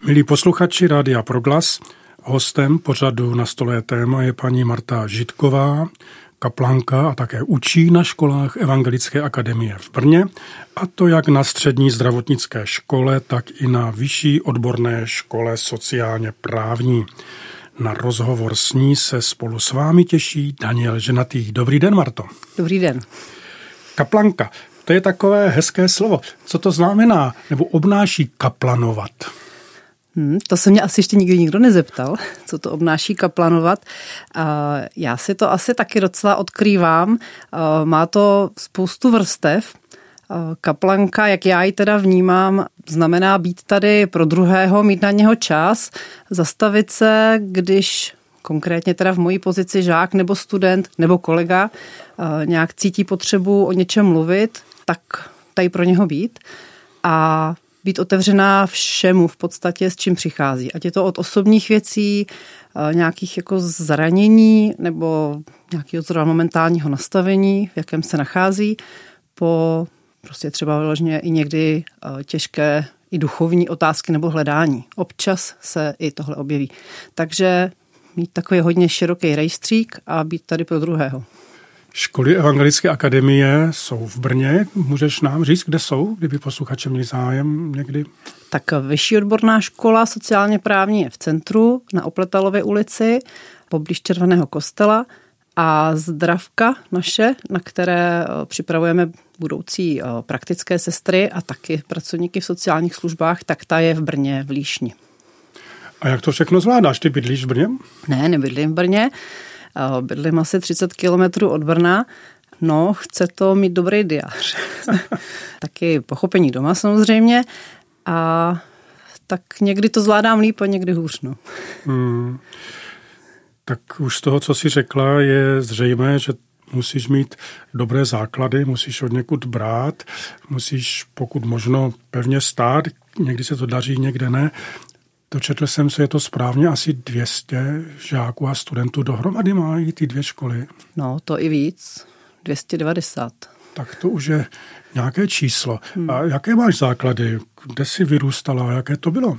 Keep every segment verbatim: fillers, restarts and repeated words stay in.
Milí posluchači Rádia Proglas, hostem pořadu Na stole je téma je paní Marta Žitková, kaplanka a také učí na školách Evangelické akademie v Brně, a to jak na střední zdravotnické škole, tak i na vyšší odborné škole sociálně právní. Na rozhovor s ní se spolu s vámi těší Daniel Ženatý. Dobrý den, Marto. Dobrý den. Kaplanka, to je takové hezké slovo. Co to znamená nebo obnáší kaplanovat? Hmm, to se mě asi ještě nikdy nikdo nezeptal, co to obnáší kaplanovat. Já si to asi taky docela odkrývám. Má to spoustu vrstev. Kaplanka, jak já ji teda vnímám, znamená být tady pro druhého, mít na něho čas, zastavit se, když konkrétně teda v mojí pozici žák nebo student nebo kolega nějak cítí potřebu o něčem mluvit, tak tady pro něho být a být otevřená všemu v podstatě, s čím přichází. Ať je to od osobních věcí, nějakých jako zranění nebo nějakého zrovna momentálního nastavení, v jakém se nachází, po prostě třeba vyloženě i někdy těžké i duchovní otázky nebo hledání. Občas se i tohle objeví. Takže mít takový hodně široký rejstřík a být tady pro druhého. Školy Evangelické akademie jsou v Brně. Můžeš nám říct, kde jsou, kdyby posluchači měli zájem někdy? Tak vyšší odborná škola sociálně právní je v centru na Opletalově ulici, poblíž Červeného kostela, a Zdravka naše, na které připravujeme budoucí praktické sestry a taky pracovníky v sociálních službách, tak ta je v Brně v Líšni. A jak to všechno zvládáš? Ty bydlíš v Brně? Ne, nebydlím v Brně. Bydlím asi třicet kilometrů od Brna. No, chce to mít dobrý diář. Taky pochopení doma samozřejmě. A tak někdy to zvládám líp a někdy hůř. No. Hmm. Tak už z toho, co jsi řekla, je zřejmé, že musíš mít dobré základy, musíš od někud brát, musíš pokud možno pevně stát, někdy se to daří, někde ne. Dočetl jsem se, je to správně, asi dvě stě žáků a studentů dohromady mají ty dvě školy. No, to i víc, dvě stě devadesát. Tak to už je nějaké číslo. Hmm. A jaké máš základy? Kde jsi vyrůstala? Jaké to bylo?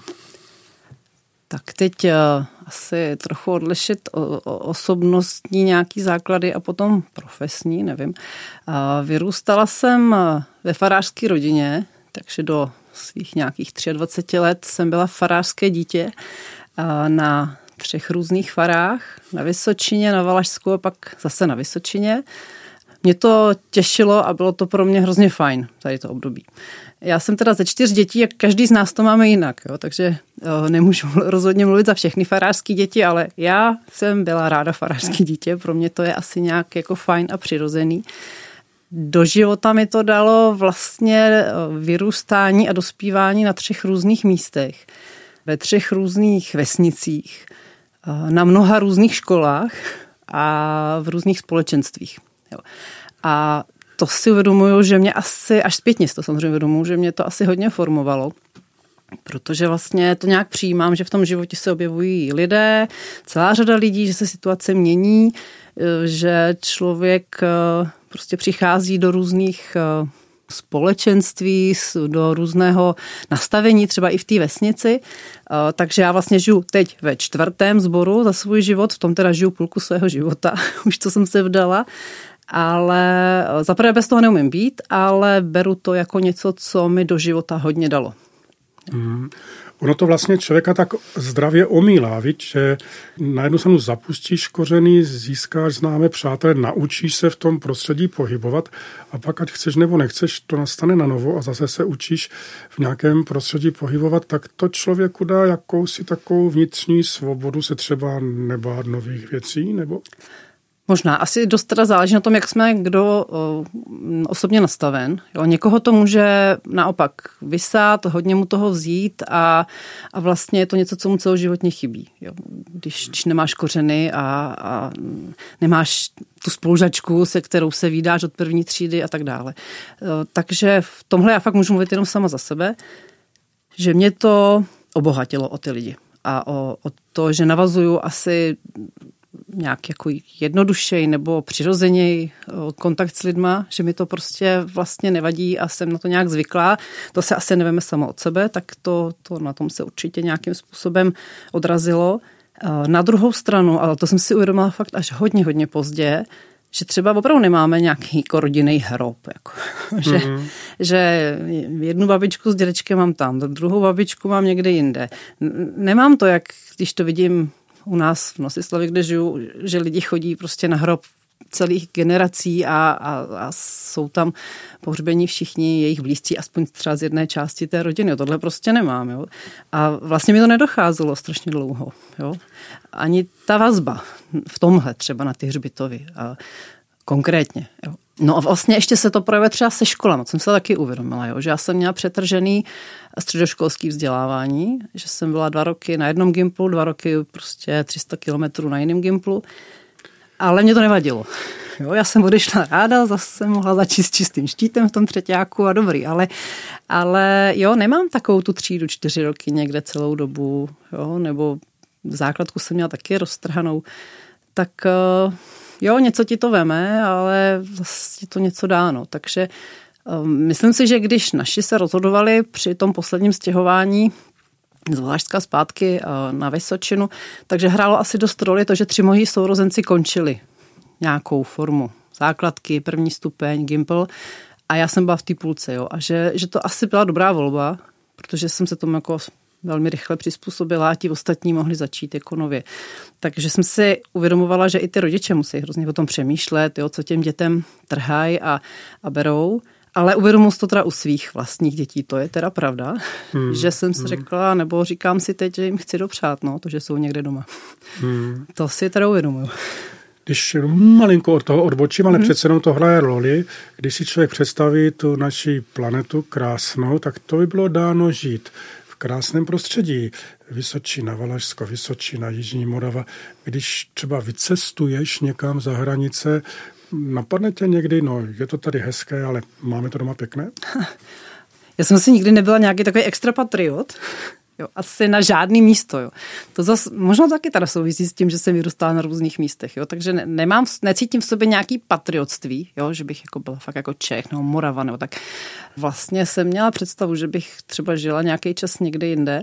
Tak teď uh, asi trochu odlišit o, o osobnostní nějaký základy a potom profesní, nevím. Uh, vyrůstala jsem ve farářské rodině, takže do svých nějakých dvacet tři let jsem byla farářské dítě uh, na třech různých farách, na Vysočině, na Valašsku a pak zase na Vysočině. Mě to těšilo a bylo to pro mě hrozně fajn, tady to období. Já jsem teda ze čtyř dětí, jak každý z nás to máme jinak, jo, takže jo, nemůžu rozhodně mluvit za všechny farářské děti, ale já jsem byla ráda farářské dítě, pro mě to je asi nějak jako fajn a přirozený. Do života mi to dalo vlastně vyrůstání a dospívání na třech různých místech, ve třech různých vesnicích, na mnoha různých školách a v různých společenstvích. Jo. A to si uvědomuju, že mě asi, až zpětně si to samozřejmě uvědomuju, že mě to asi hodně formovalo, protože vlastně to nějak přijímám, že v tom životě se objevují lidé, celá řada lidí, že se situace mění, že člověk prostě přichází do různých společenství, do různého nastavení, třeba i v té vesnici. Takže já vlastně žiju teď ve čtvrtém sboru za svůj život, v tom teda žiju půlku svého života, už co jsem se vdala. Ale zaprvé bez toho neumím být, ale beru to jako něco, co mi do života hodně dalo. Hmm. Ono to vlastně člověka tak zdravě omílá, víš, že na jednu stranu zapustíš kořeny, získáš známé přátelé, naučíš se v tom prostředí pohybovat a pak, ať chceš nebo nechceš, to nastane na novo a zase se učíš v nějakém prostředí pohybovat, tak to člověku dá jakousi takovou vnitřní svobodu se třeba nebát nových věcí, nebo... Možná. Asi dost teda záleží na tom, jak jsme kdo o, osobně nastaven. Jo, někoho to může naopak vysát, hodně mu toho vzít a, a vlastně je to něco, co mu celoživotně chybí. Jo. Když, když nemáš kořeny a, a nemáš tu spolužačku, se kterou se vídáš od první třídy a tak dále. Jo, takže v tomhle já fakt můžu mluvit jenom sama za sebe, že mě to obohatilo o ty lidi a o, o to, že navazuju asi nějak jako jednodušeji nebo přirozeněji kontakt s lidma, že mi to prostě vlastně nevadí a jsem na to nějak zvyklá. To se asi neveme samo od sebe, tak to, to na tom se určitě nějakým způsobem odrazilo. Na druhou stranu, ale to jsem si uvědomila fakt až hodně, hodně pozdě, že třeba opravdu nemáme nějaký jako rodinný hrob. Jako. že, mm-hmm. že jednu babičku s dědečkem mám tam, druhou babičku mám někde jinde. Nemám to, jak když to vidím u nás v Nosislavi, kde žiju, že lidi chodí prostě na hrob celých generací a, a, a jsou tam pohřbení všichni jejich blízcí, aspoň třeba z jedné části té rodiny. Jo. Tohle prostě nemám. Jo. A vlastně mi to nedocházelo strašně dlouho. Jo. Ani ta vazba v tomhle třeba na ty hřbitovy. A konkrétně. Jo. No a vlastně ještě se to projevuje třeba se školama, co jsem se taky uvědomila, jo, že já jsem měla přetržený středoškolský vzdělávání, že jsem byla dva roky na jednom gymplu, dva roky prostě tři sta kilometrů na jiném gymplu, ale mě to nevadilo. Jo, já jsem odešla ráda, zase jsem mohla začít s čistým štítem v tom třeťáku a dobrý, ale, ale jo, nemám takovou tu třídu čtyři roky někde celou dobu, jo, nebo v základku jsem měla taky roztrhanou, tak jo, něco ti to veme, ale zase ti to něco dá, no. Takže um, myslím si, že když naši se rozhodovali při tom posledním stěhování z Valašska zpátky uh, na Vysočinu, takže hrálo asi dost roli to, že tři moji sourozenci končili nějakou formu základky, první stupeň, gympl a já jsem byla v té půlce, jo. A že, že to asi byla dobrá volba, protože jsem se tomu jako velmi rychle přizpůsobila a ti ostatní mohli začít jako nově. Takže jsem si uvědomovala, že i ty rodiče musí hrozně o tom přemýšlet, jo, co těm dětem trhají a, a berou. Ale uvědomuji to teda u svých vlastních dětí, to je teda pravda, hmm. že jsem si hmm. řekla, nebo říkám si teď, že jim chci dopřát, no, to, že jsou někde doma. Hmm. To si teda uvědomuju. Když malinko od toho odbočím, ale hmm. přece jenom to hraje roli, když si člověk představí tu naši planetu krásnou, tak to by bylo dáno žít v krásném prostředí. Vysočina, Valašsko, Vysočina, Jižní Morava. Když třeba vycestuješ někam za hranice, napadne tě někdy, no je to tady hezké, ale máme to doma pěkné? Já jsem si nikdy nebyla nějaký takový extra patriot. Jo, asi na žádný místo. Jo. To zas, možná taky teda souvisí s tím, že jsem vyrůstala na různých místech. Jo. Takže ne, nemám, necítím v sobě nějaký patriotství, jo, že bych jako byla fakt jako Čech nebo Morava. Nebo tak. Vlastně jsem měla představu, že bych třeba žila nějaký čas někde jinde.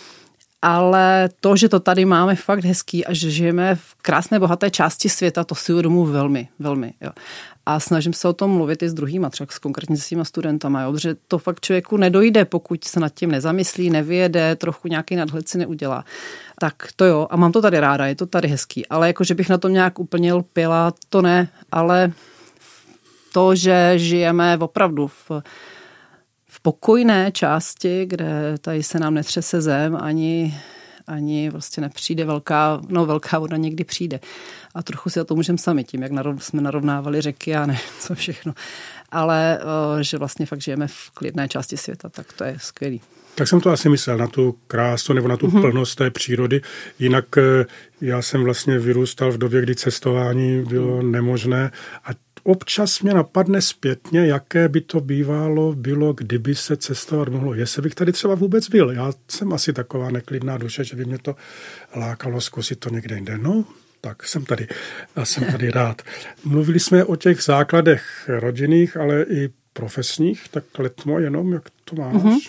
Ale to, že to tady máme fakt hezký a že žijeme v krásné, bohaté části světa, to si uvědomuji velmi, velmi. Jo. A snažím se o tom mluvit i s druhýma, třeba konkrétně s těma studentama, jo, protože to fakt člověku nedojde, pokud se nad tím nezamyslí, nevyjede, trochu nějaký nadhled si neudělá. Tak to jo, a mám to tady ráda, je to tady hezký, ale jako, že bych na tom nějak úplně lpěla, to ne, ale to, že žijeme opravdu v v pokojné části, kde tady se nám netřese zem, ani, ani prostě nepřijde velká, no velká voda někdy přijde. A trochu si o to můžeme sami tím, jak narov, jsme narovnávali řeky a ne, co všechno. Ale že vlastně fakt žijeme v klidné části světa, tak to je skvělý. Tak jsem to asi myslel na tu krásu nebo na tu mm-hmm. plnost té přírody. Jinak já jsem vlastně vyrůstal v době, kdy cestování bylo nemožné a občas mě napadne zpětně, jaké by to bývalo, bylo, kdyby se cestovat mohlo. Jestli bych tady třeba vůbec byl. Já jsem asi taková neklidná duše, že by mě to lákalo zkusit to někde jinde. No, tak jsem tady a jsem tady rád. Mluvili jsme o těch základech rodinných, ale i profesních, tak letmo jenom, jak to máš? Mm-hmm.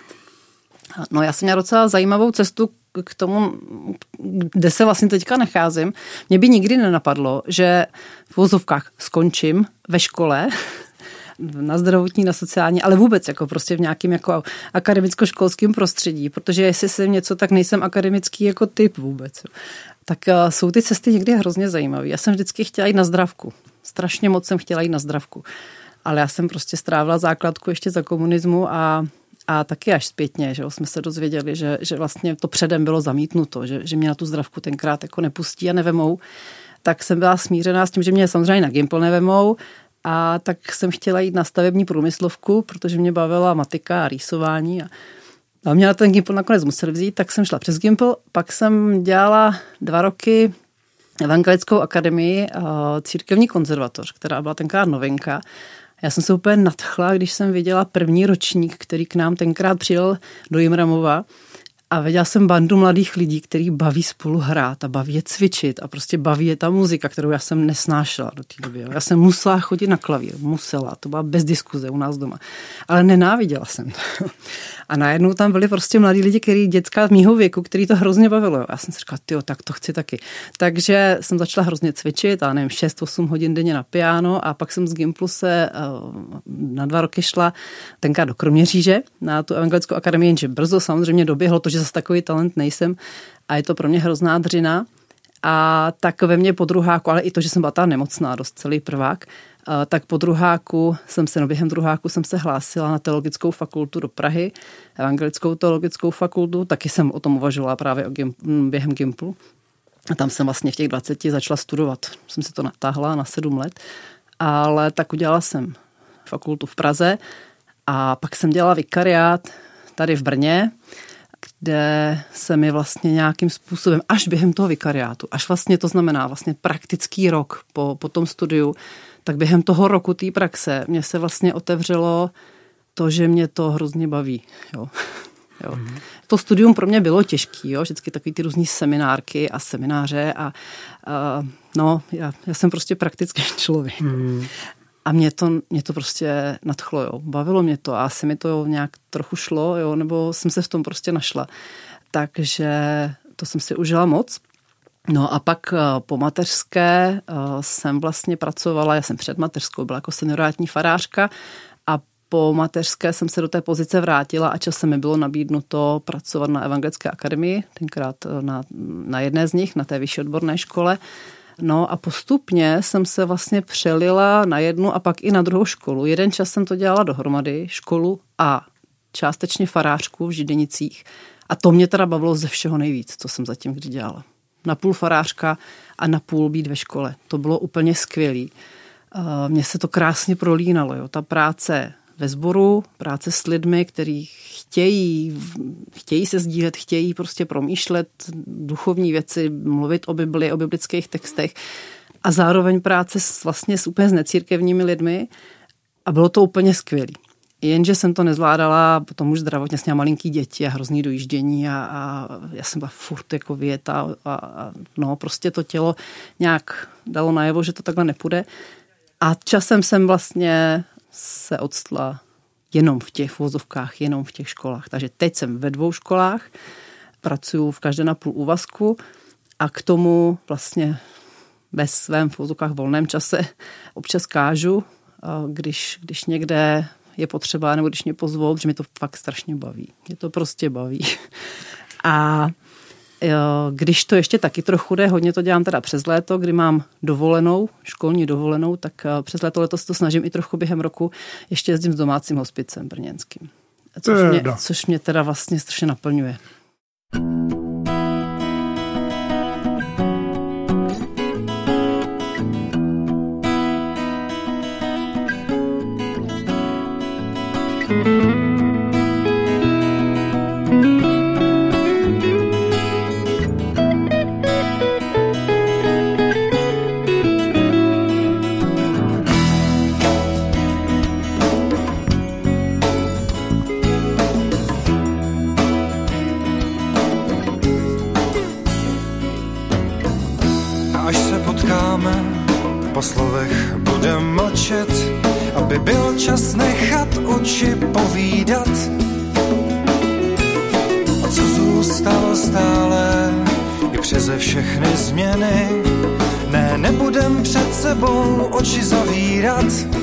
No já jsem měla docela zajímavou cestu k tomu, kde se vlastně teďka nacházím. Mě by nikdy nenapadlo, že v vozovkách skončím ve škole, na zdravotní, na sociální, ale vůbec jako prostě v nějakém jako akademicko-školském prostředí, protože jestli jsem něco, tak nejsem akademický jako typ vůbec. Tak jsou ty cesty někdy hrozně zajímavé. Já jsem vždycky chtěla jít na zdravku. Strašně moc jsem chtěla jít na zdravku. Ale já jsem prostě strávila základku ještě za komunismu a A taky až zpětně, že jsme se dozvěděli, že, že vlastně to předem bylo zamítnuto, že, že mě na tu zdravku tenkrát jako nepustí a nevemou. Tak jsem byla smířená s tím, že mě samozřejmě na gympl nevemou a tak jsem chtěla jít na stavební průmyslovku, protože mě bavila matika a rýsování. A, a mě na ten gympl nakonec museli vzít, tak jsem šla přes gympl. Pak jsem dělala dva roky Evangelickou akademii církevní konzervatoř, která byla tenkrát novinka. Já jsem se úplně nadchla, když jsem viděla první ročník, který k nám tenkrát přijel do Jimramova A viděla jsem bandu mladých lidí, který baví spolu hrát a baví je cvičit a prostě baví je ta muzika, kterou já jsem nesnášela do té doby. Já jsem musela chodit na klavír, musela, to byla bez diskuze u nás doma. Ale nenáviděla jsem to. A najednou tam byli prostě mladí lidi, který dětská v mýho věku, který to hrozně bavilo. Já jsem si říkala, tyjo, tak to chci taky. Takže jsem začala hrozně cvičit, a nevím, šest osm hodin denně na piano a pak jsem z Gimplu se na dva roky šla tenkrát do Kroměříže na tu evangelickou akademii, jenže brzo samozřejmě doběhlo to, že zase takový talent nejsem a je to pro mě hrozná dřina. A tak ve mně po druháku, ale i to, že jsem byla ta nemocná, dost celý prvák, tak po druháku jsem se, no během druháku jsem se hlásila na teologickou fakultu do Prahy, evangelickou teologickou fakultu, taky jsem o tom uvažovala právě o gym, během Gimplu. A tam jsem vlastně v těch dvaceti začala studovat. Jsem si to natáhla na sedm let, ale tak udělala jsem fakultu v Praze a pak jsem dělala vikariát tady v Brně, kde se mi vlastně nějakým způsobem, až během toho vikariátu, až vlastně to znamená vlastně praktický rok po, po tom studiu, tak během toho roku té praxe mě se vlastně otevřelo to, že mě to hrozně baví. Jo. Jo. Mm. To studium pro mě bylo těžký, jo. Vždycky takový ty různý seminárky a semináře a, a no, já, já jsem prostě praktický člověk. Mm. A mě to, mě to prostě nadchlo, jo. Bavilo mě to a asi mi to nějak trochu šlo, jo, nebo jsem se v tom prostě našla. Takže to jsem si užila moc. No a pak po mateřské jsem vlastně pracovala, já jsem před mateřskou, byla jako seniorátní farářka a po mateřské jsem se do té pozice vrátila a časem mi bylo nabídnuto pracovat na Evangelické akademii, tenkrát na, na jedné z nich, na té vyšší odborné škole. No a postupně jsem se vlastně přelila na jednu a pak i na druhou školu. Jeden čas jsem to dělala dohromady, školu a částečně farářku v Židenicích. A to mě teda bavilo ze všeho nejvíc, co jsem zatím kdy dělala. Napůl farářka a napůl být ve škole. To bylo úplně skvělý. Mně se to krásně prolínalo. Jo. Ta práce ve sboru, práce s lidmi, kteří chtějí, chtějí se sdílet, chtějí prostě promýšlet duchovní věci, mluvit o Bibli, o biblických textech a zároveň práce s, vlastně s úplně s necírkevními lidmi a bylo to úplně skvělý. Jenže jsem to nezvládala, potom už zdravotně s malinký děti a hrozný dojíždění a, a já jsem byla furt jako věta a, a no prostě to tělo nějak dalo najevo, že to takhle nepůjde. A časem jsem vlastně se odstla jenom v těch vozovkách, jenom v těch školách. Takže teď jsem ve dvou školách, pracuju v každé na půl úvazku a k tomu vlastně ve svém v vozovkách volném čase občas kážu, když, když někde je potřeba, nebo když mě pozvou, protože mě to fakt strašně baví. Mě to prostě baví. A když to ještě taky trochu jde, hodně to dělám teda přes léto, kdy mám dovolenou, školní dovolenou, tak přes léto letos to snažím i trochu během roku, ještě jezdím s domácím hospicem brněnským. Což mě, což mě teda vlastně strašně naplňuje. Po slovech budem mlčet, aby byl čas nechat oči povídat. A co zůstalo stále i přeze všechny změny, ne, nebudem před sebou oči zavírat.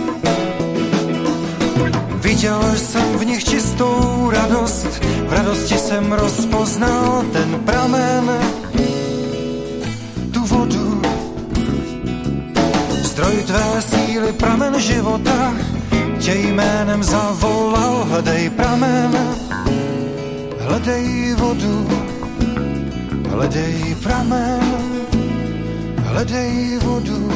Viděl jsem v nich čistou radost, v radosti jsem rozpoznal ten pramen, tu vodu. Zdroj tvé síly, pramen života, tě jménem zavolal, hledej pramen, hledej vodu, hledej pramen, hledej vodu.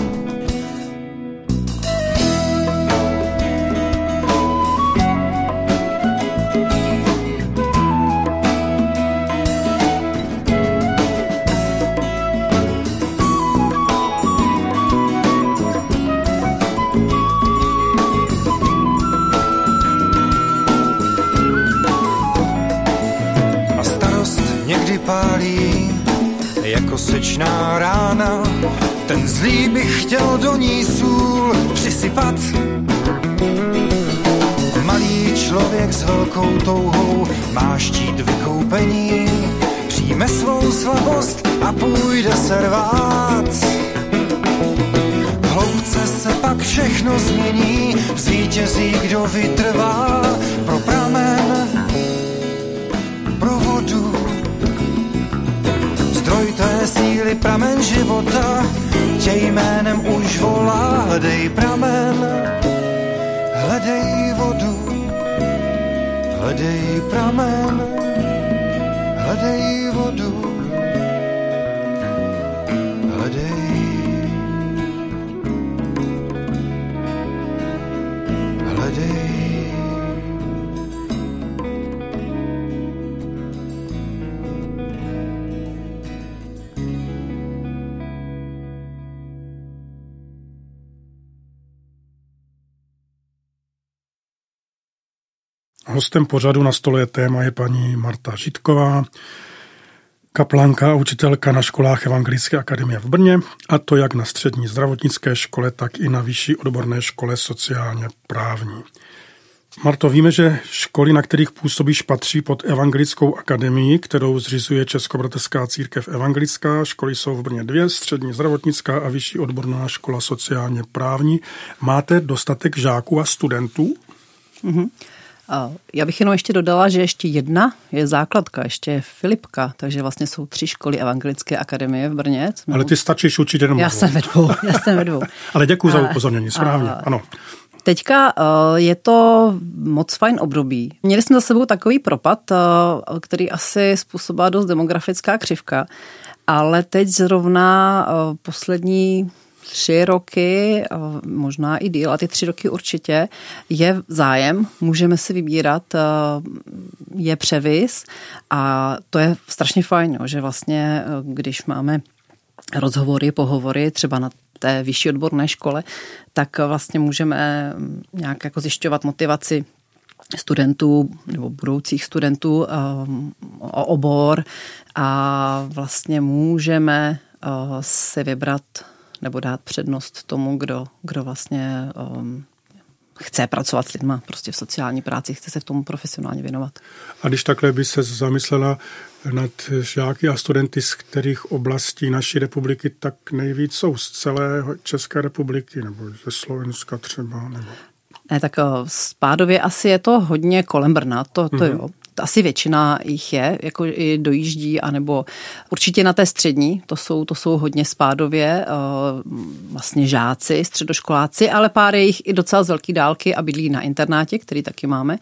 malý, jako sečná rána. Ten zlý bych chtěl do ní sůl přisypat. Malý člověk s velkou touhou má štít vykoupení, přijme svou slabost a půjde se rvát. V hloubce se pak všechno změní, zvítězí, kdo vytrvá. Pro pramen, pro vodu, zdroj té síly, pramen života, tě jménem už volá. Hledej pramen, hledej vodu, hledej pramen, hledej vodu, hledej, hledej. Hostem pořadu Na stole je téma je paní Marta Žitková, kaplanka a učitelka na školách Evangelické akademie v Brně, a to jak na střední zdravotnické škole, tak i na vyšší odborné škole sociálně právní. Marto, víme, že školy, na kterých působíš, patří pod Evangelickou akademii, kterou zřizuje Českobratrská církev evangelická. Školy jsou v Brně dvě, střední zdravotnická a vyšší odborná škola sociálně právní. Máte dostatek žáků a studentů? Mm-hmm. Já bych jenom ještě dodala, že ještě jedna je základka, ještě je Filipka, takže vlastně jsou tři školy Evangelické akademie v Brně. Ale ty stačíš učit jenom. Já jsem ve dvou, já jsem ve dvou. Ale děkuji za upozornění, správně, a, ano. Teďka je to moc fajn období. Měli jsme za sebou takový propad, který asi způsobila dost demografická křivka, ale teď zrovna poslední tři roky, možná i díl, a ty tři roky určitě, je zájem, můžeme si vybírat, je převis a to je strašně fajn, že vlastně, když máme rozhovory, pohovory třeba na té vyšší odborné škole, tak vlastně můžeme nějak jako zjišťovat motivaci studentů nebo budoucích studentů o obor a vlastně můžeme si vybrat nebo dát přednost tomu, kdo, kdo vlastně um, chce pracovat s lidma, prostě v sociální práci, chce se v tomu profesionálně věnovat. A když takhle by se zamyslela nad žáky a studenty, z kterých oblastí naší republiky tak nejvíc jsou, z celé České republiky, nebo ze Slovenska třeba, nebo... Ne, tak spádově asi je to hodně kolem Brna, to, to mm-hmm. jo. Asi většina jich je, jako i dojíždí, anebo určitě na té střední, to jsou, to jsou hodně spádově vlastně žáci, středoškoláci, ale pár je jich i docela z velké dálky a bydlí na internátě, který taky máme.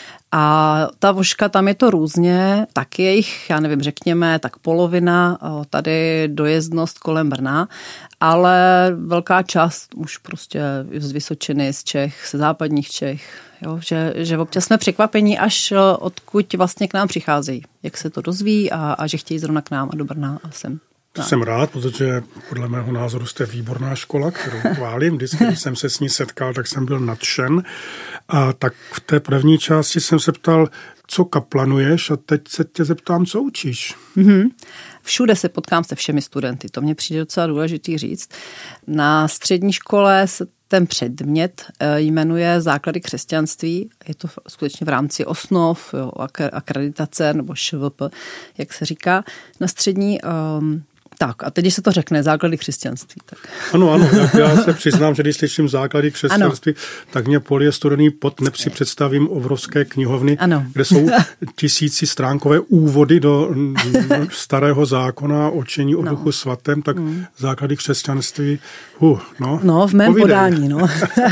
A ta vožka, tam je to různě, taky je jich, já nevím, řekněme, tak polovina, tady dojezdnost kolem Brna, ale velká část už prostě z Vysočiny, z Čech, ze západních Čech, jo, že, že občas jsme překvapení, až odkud vlastně k nám přicházejí, jak se to dozví a, a že chtějí zrovna k nám a do Brna a sem. To jsem rád, protože podle mého názoru jste výborná škola, kterou chválím. Vždycky, když jsem se s ní setkal, tak jsem byl nadšen. A tak v té první části jsem se ptal, co kaplanuješ, a teď se tě zeptám, co učíš. Mm-hmm. Všude se potkám se všemi studenty, to mě přijde docela důležitý říct. Na střední škole se ten předmět jmenuje Základy křesťanství. Je to skutečně v rámci osnov, jo, akreditace nebo š v p, jak se říká, na střední. Um, tak, a teď, když se to řekne, základy křesťanství. Tak. Ano, ano, já se přiznám, že když slyším základy křesťanství, ano. tak mě polije studený pot, neb si představím obrovské knihovny, ano. kde jsou tisíci stránkové úvody do, do starého zákona o učení o no. Duchu svatém, tak hmm. základy křesťanství, uh, no. No, v mém povídej. podání, no.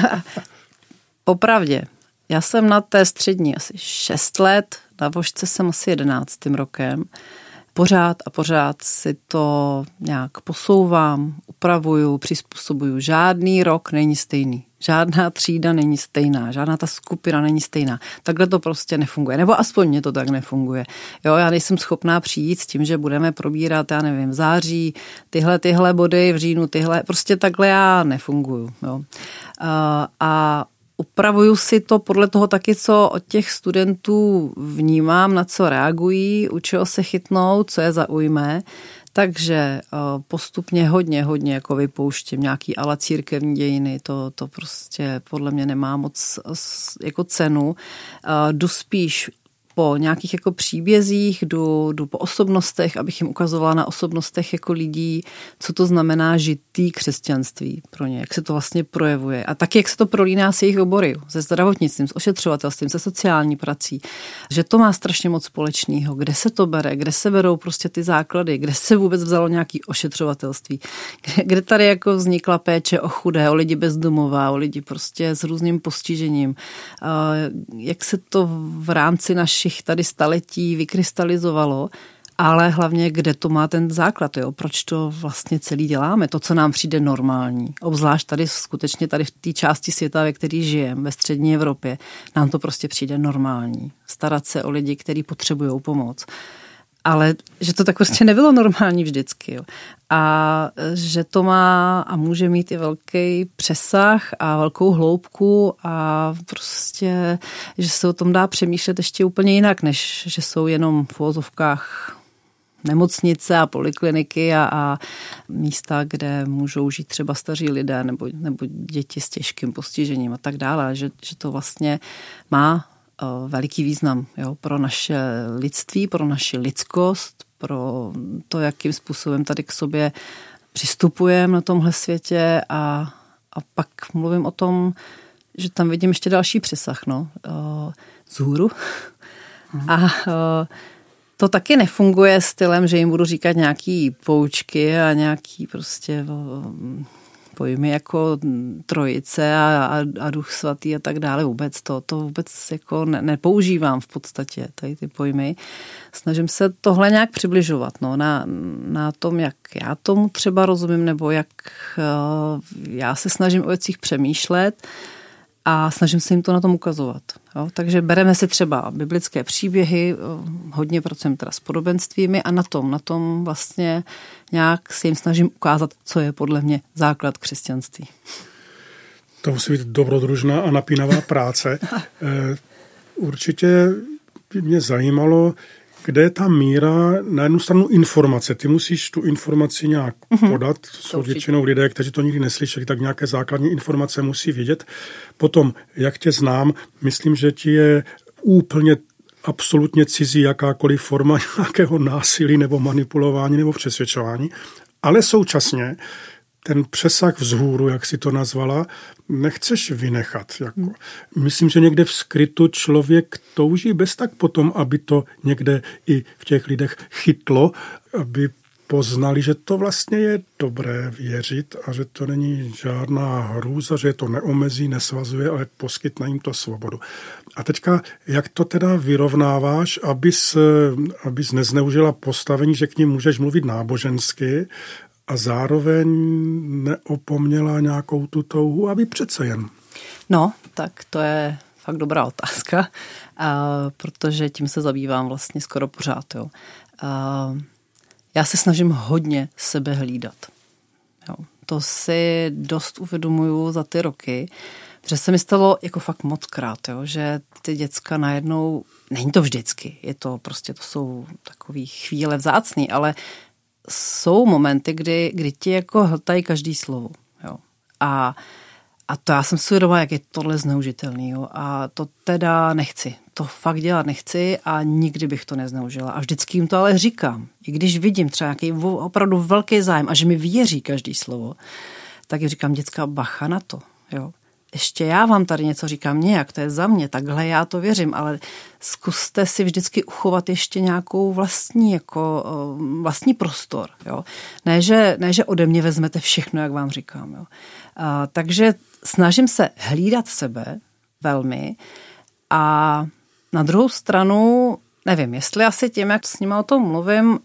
Popravdě, já jsem na té střední asi šest let, na vožce jsem asi jedenáctým rokem. Pořád a pořád si to nějak posouvám, upravuju, přizpůsobuju. Žádný rok není stejný. Žádná třída není stejná, žádná ta skupina není stejná. Takhle to prostě nefunguje. Nebo aspoň mě to tak nefunguje. Jo, já nejsem schopná přijít s tím, že budeme probírat, já nevím, v září tyhle, tyhle body, v říjnu tyhle. Prostě takhle já nefunguju. Jo. A, a opravuju si to podle toho taky, co od těch studentů vnímám, na co reagují, u čeho se chytnou, co je zaujme. Takže postupně hodně, hodně jako vypouštím nějaký ala církevní dějiny, to, to prostě podle mě nemá moc jako cenu. Jdu spíš po nějakých jako příbězích, jdu, jdu po osobnostech, abych jim ukazovala na osobnostech jako lidí, co to znamená žitý křesťanství pro ně, jak se to vlastně projevuje. A taky, jak se to prolíná s jejich obory, se zdravotnictvím, s ošetřovatelstvím, se sociální prací. Že to má strašně moc společného. Kde se to bere, kde se berou prostě ty základy, kde se vůbec vzalo nějaký ošetřovatelství, kde, kde tady jako vznikla péče o chudé, o lidi bezdomová, o lidi prostě s různým postižením. Jak se to v rámci naší tady staletí vykrystalizovalo, ale hlavně, kde to má ten základ, jo? Proč to vlastně celý děláme, to, co nám přijde normální. Obzvlášť tady skutečně tady v té části světa, ve které žijeme, ve střední Evropě, nám to prostě přijde normální. Starat se o lidi, kteří potřebují pomoc. Ale že to tak prostě nebylo normální vždycky. Jo. A že to má a může mít i velký přesah a velkou hloubku a prostě, že se o tom dá přemýšlet ještě úplně jinak, než že jsou jenom v uvozovkách nemocnice a polikliniky a, a místa, kde můžou žít třeba staří lidé nebo, nebo děti s těžkým postižením a tak dále. Že, že to vlastně má veliký význam, jo, pro naše lidství, pro naši lidskost, pro to, jakým způsobem tady k sobě přistupujeme na tomhle světě a, a pak mluvím o tom, že tam vidím ještě další přesah, no, vzhůru. Hmm. A to taky nefunguje stylem, že jim budu říkat nějaký poučky a nějaký prostě pojmy jako trojice a, a, a duch svatý a tak dále. Vůbec to, to vůbec jako ne, nepoužívám v podstatě, tady ty pojmy. Snažím se tohle nějak přibližovat, no, na, na tom, jak já tomu třeba rozumím, nebo jak uh, já se snažím o věcích přemýšlet a snažím se jim to na tom ukazovat. Jo? Takže bereme si třeba biblické příběhy, hodně pracujeme teda s podobenstvími a na tom, na tom vlastně nějak si jim snažím ukázat, co je podle mě základ křesťanství. To musí být dobrodružná a napínavá práce. Určitě by mě zajímalo, kde je ta míra na jednu stranu informace. Ty musíš tu informaci nějak mm-hmm. podat. Jsou většinou lidé, kteří to nikdy neslyšeli, tak nějaké základní informace musí vědět. Potom, jak tě znám, myslím, že ti je úplně absolutně cizí jakákoliv forma nějakého násilí nebo manipulování nebo přesvědčování. Ale současně ten přesah vzhůru, jak si to nazvala, nechceš vynechat. Jako. Myslím, že někde v skrytu člověk touží bez tak potom, aby to někde i v těch lidech chytlo, aby poznali, že to vlastně je dobré věřit a že to není žádná hrůza, že je to neomezí, nesvazuje, ale poskytne jim to svobodu. A teďka, jak to teda vyrovnáváš, abys, abys nezneužila postavení, že k ním můžeš mluvit nábožensky, a zároveň neopomněla nějakou tu touhu, aby přece jen. No, tak to je fakt dobrá otázka, a, protože tím se zabývám vlastně skoro pořád. Jo. A, já se snažím hodně sebe hlídat. Jo. To si dost uvědomuju za ty roky, protože se mi stalo jako fakt moc krát, jo, že ty děcka najednou, není to vždycky, je to prostě, to jsou takový chvíle vzácný, ale jsou momenty, kdy, kdy ti jako hltají každý slovo. Jo. A, a to já jsem si uvědomila, jak je tohle zneužitelný. Jo. A to teda nechci. To fakt dělat nechci a nikdy bych to nezneužila. A vždycky jim to ale říkám. I když vidím třeba nějaký opravdu velký zájem a že mi věří každý slovo, tak jim říkám, děcka, bacha na to. Jo. Ještě já vám tady něco říkám nějak, to je za mě, takhle já to věřím, ale zkuste si vždycky uchovat ještě nějakou vlastní, jako vlastní prostor. Jo? Ne, že, ne, že ode mě vezmete všechno, jak vám říkám. Jo? A, takže snažím se hlídat sebe velmi a na druhou stranu, nevím, jestli asi tím, jak s nimi o tom mluvím,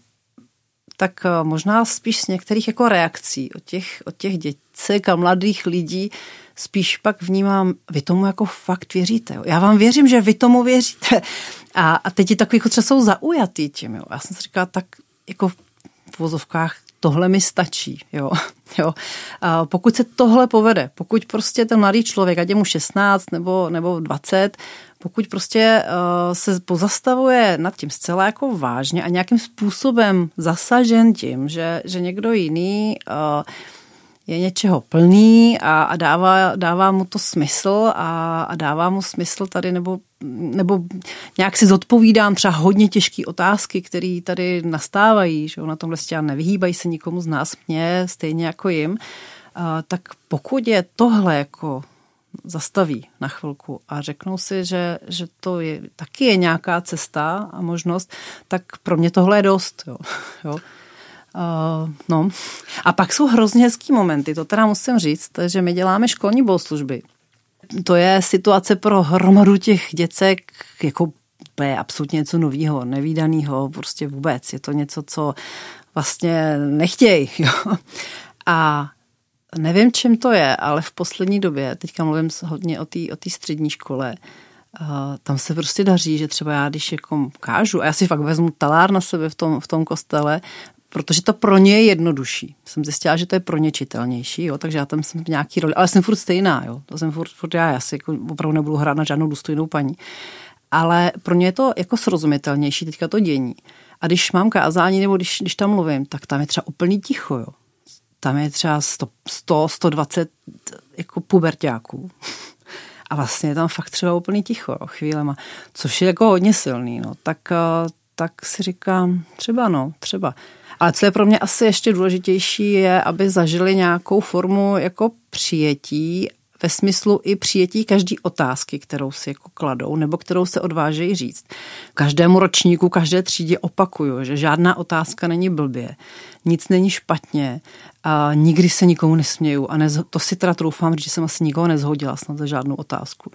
tak možná spíš z některých jako reakcí od těch, od těch děcek a mladých lidí spíš pak vnímám, vy tomu jako fakt věříte. Jo? Já vám věřím, že vy tomu věříte. A, a teď je takový, jako třeba jsou zaujatý tím. Jo? Já jsem si říkala, tak jako v vozovkách tohle mi stačí. Jo. Jo. A pokud se tohle povede, pokud prostě ten mladý člověk, ať je mu šestnáct nebo, nebo dvacet, pokud prostě uh, se pozastavuje nad tím zcela jako vážně a nějakým způsobem zasažen tím, že, že někdo jiný uh, je něčeho plný a, a dává, dává mu to smysl a, a dává mu smysl tady, nebo, nebo nějak si zodpovídám třeba hodně těžké otázky, které tady nastávají, že na tomhle stěle nevyhýbají se nikomu z nás, mě stejně jako jim, a, tak pokud je tohle jako zastaví na chvilku a řeknou si, že, že to je, taky je nějaká cesta a možnost, tak pro mě tohle je dost. Jo. Jo. Uh, no. A pak jsou hrozně hezký momenty, to teda musím říct, že my děláme školní bohoslužby. To je situace pro hromadu těch děcek, jako je absolutně něco novýho, nevídaného, prostě vůbec. Je to něco, co vlastně nechtějí. Jo. A nevím, čím to je, ale v poslední době, teďka mluvím hodně o té o té střední škole, uh, tam se prostě daří, že třeba já, když jako kážu, a já si fakt vezmu talár na sebe v tom, v tom kostele, protože to pro ně je jednodušší. Jsem zjistila, že to je pro ně čitelnější, jo, takže já tam jsem v nějaký roli, ale jsem furt stejná, jo, to jsem furt, furt já, já si jako opravdu nebudu hrát na žádnou důstojnou paní. Ale pro ně je to jako srozumitelnější teďka to dění. A když mám kázání, nebo když, když tam mluvím, tak tam je třeba úplný ticho, jo. Tam je třeba sto, sto dvacet jako puberťáků. A vlastně je tam fakt třeba úplný ticho, jo, chvílema, což je jako hodně silný, no, tak, tak si říkám, třeba no, třeba. Ale co je pro mě asi ještě důležitější je, aby zažili nějakou formu jako přijetí, ve smyslu i přijetí každé otázky, kterou si jako kladou, nebo kterou se odvážejí říct. Každému ročníku, každé třídě opakuju, že žádná otázka není blbě, nic není špatně, a nikdy se nikomu nesměju. A nez, to si teda troufám říct, že jsem asi nikoho nezhodila snad za žádnou otázku.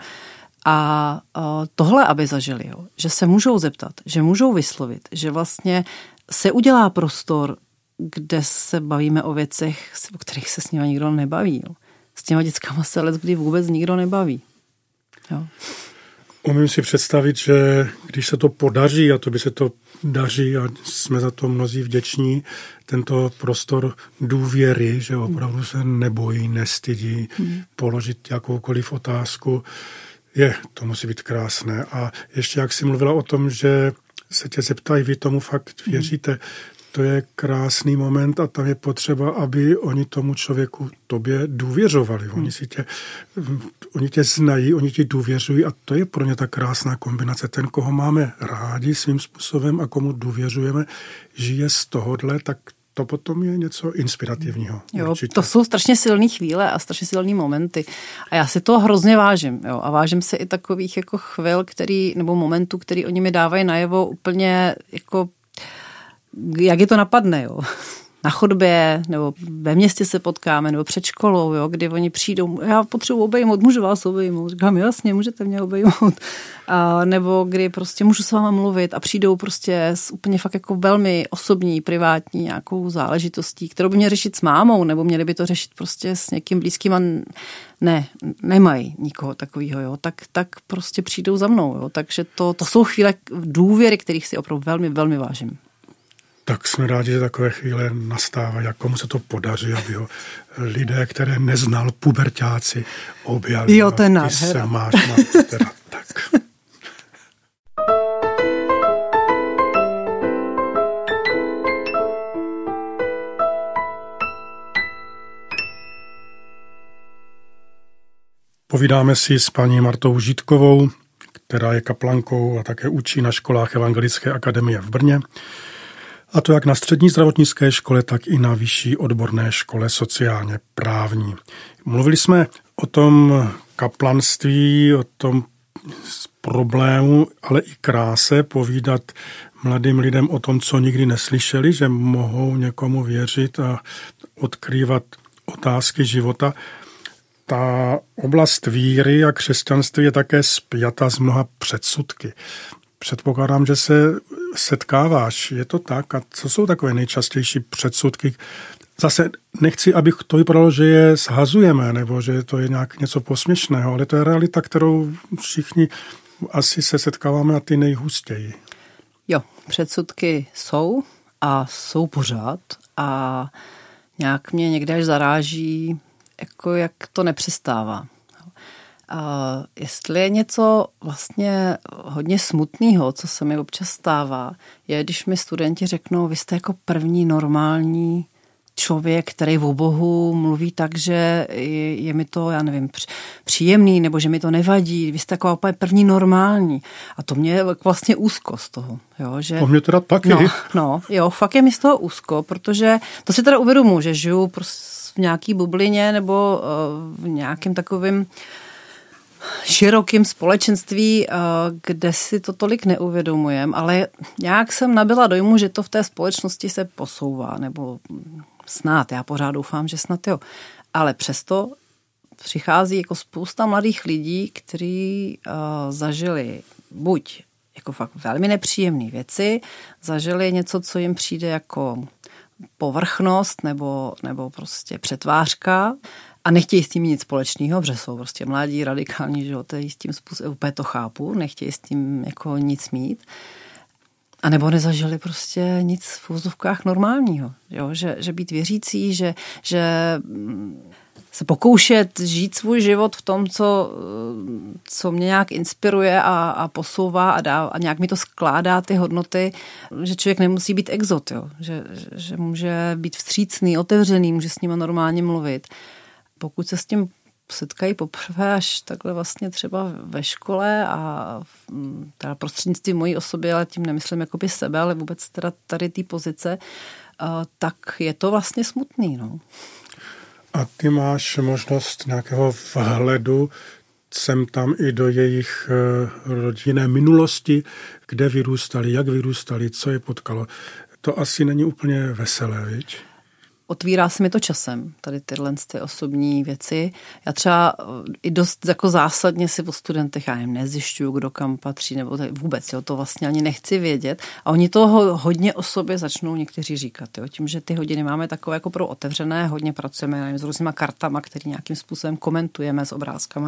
A, a tohle, aby zažili, jo, že se můžou zeptat, že můžou vyslovit, že vlastně se udělá prostor, kde se bavíme o věcech, o kterých se s nimi nikdo nebaví. Jo. S těma dětskama se let, kdy vůbec nikdo nebaví. Jo. Umím si představit, že když se to podaří, a to by se to daří a jsme za to mnozí vděční, tento prostor důvěry, že opravdu se nebojí, nestydí hmm. položit jakoukoliv otázku, je, to musí být krásné. A ještě jak jsi mluvila o tom, že se tě zeptají, vy tomu fakt věříte, hmm. to je krásný moment a tam je potřeba, aby oni tomu člověku, tobě důvěřovali. Oni, si tě, oni tě znají, oni ti důvěřují a to je pro ně ta krásná kombinace. Ten, koho máme rádi svým způsobem a komu důvěřujeme, žije z tohohle, tak to potom je něco inspirativního. Jo, určitě. To jsou strašně silné chvíle a strašně silné momenty. A já si to hrozně vážím. Jo. A vážím se i takových jako chvil, který, nebo momentů, který oni mi dávají najevo úplně jako jak je to napadne, jo. Na chodbě, nebo ve městě se potkáme, nebo před školou, jo, kdy oni přijdou, já potřebuji obejmout, můžu vás obejmout, říkám, jasně, můžete mě obejmout, a, nebo kdy prostě můžu s váma mluvit a přijdou prostě s úplně fakt jako velmi osobní, privátní nějakou záležitostí, kterou by měli řešit s mámou, nebo měli by to řešit prostě s někým blízkým a ne, nemají nikoho takového, jo, tak, tak prostě přijdou za mnou, jo, takže to, to jsou chvíle důvěry, kterých si opravdu velmi, velmi vážím. Tak jsme rádi, že takové chvíle nastávají a komu se to podaří, aby ho lidé, které neznal puberťáci, objali. Jo, to je ty se máš na to teda tak. Povídáme si s paní Martou Žitkovou, která je kaplankou a také učí na školách Evangelické akademie v Brně. A to jak na střední zdravotnické škole, tak i na vyšší odborné škole sociálně právní. Mluvili jsme o tom kaplanství, o tom problému, ale i kráse povídat mladým lidem o tom, co nikdy neslyšeli, že mohou někomu věřit a odkrývat otázky života. Ta oblast víry a křesťanství je také spjata s mnoha předsudky. Předpokládám, že se setkáváš. Je to tak? A co jsou takové nejčastější předsudky? Zase nechci, abych to vypadalo, že je shazujeme, nebo že to je nějak něco posměšného, ale to je realita, kterou všichni asi se setkáváme a ty nejhustěji. Jo, předsudky jsou a jsou pořád a nějak mě někde až zaráží, jako jak to nepřestává. A jestli je něco vlastně hodně smutného, co se mi občas stává, je, když mi studenti řeknou, vy jste jako první normální člověk, který o Bohu mluví tak, že je, je mi to, já nevím, příjemný, nebo že mi to nevadí, vy jste jako první normální. A to mě je vlastně úzko z toho. Jo, že, to mě teda taky. No, no, jo, fakt je mi z toho úzko, protože to si teda uvědomuji, že žiju v nějaký bublině nebo v nějakém takovém širokým společenství, kde si to tolik neuvědomujem, ale nějak jsem nabyla dojmu, že to v té společnosti se posouvá, nebo snad, já pořád doufám, že snad jo. Ale přesto přichází jako spousta mladých lidí, kteří uh, zažili buď jako fakt velmi nepříjemné věci, zažili něco, co jim přijde jako povrchnost nebo, nebo prostě přetvářka a nechtějí s tím nic společného, protože jsou prostě mladí, radikální životy, s tím způsobem, úplně to chápu, nechtějí s tím jako nic mít. A nebo nezažili prostě nic v úzovkách normálního. Jo? Že, že být věřící, že, že se pokoušet žít svůj život v tom, co, co mě nějak inspiruje a, a posouvá a, dá, a nějak mi to skládá ty hodnoty, že člověk nemusí být exot, jo? Že, že, že může být vstřícný, otevřený, může s nimi normálně mluvit. Pokud se s tím setkají poprvé až takhle vlastně třeba ve škole a teda prostřednictvím mojí osoby, ale tím nemyslím jakoby sebe, ale vůbec teda tady té pozice, tak je to vlastně smutný. No. A ty máš možnost nějakého vhledu sem tam i do jejich rodinné minulosti, kde vyrůstali, jak vyrůstali, co je potkalo. To asi není úplně veselé, viď? Otvírá se mi to časem, tady tyhle ty osobní věci. Já třeba i dost jako zásadně si o studentech, já nevím, nezjišťuju, kdo kam patří, nebo vůbec, jo, to vlastně ani nechci vědět. A oni toho hodně o sobě začnou někteří říkat, jo, tím, že ty hodiny máme takové jako pro otevřené, hodně pracujeme, já nevím, s různýma kartama, který nějakým způsobem komentujeme s obrázkama.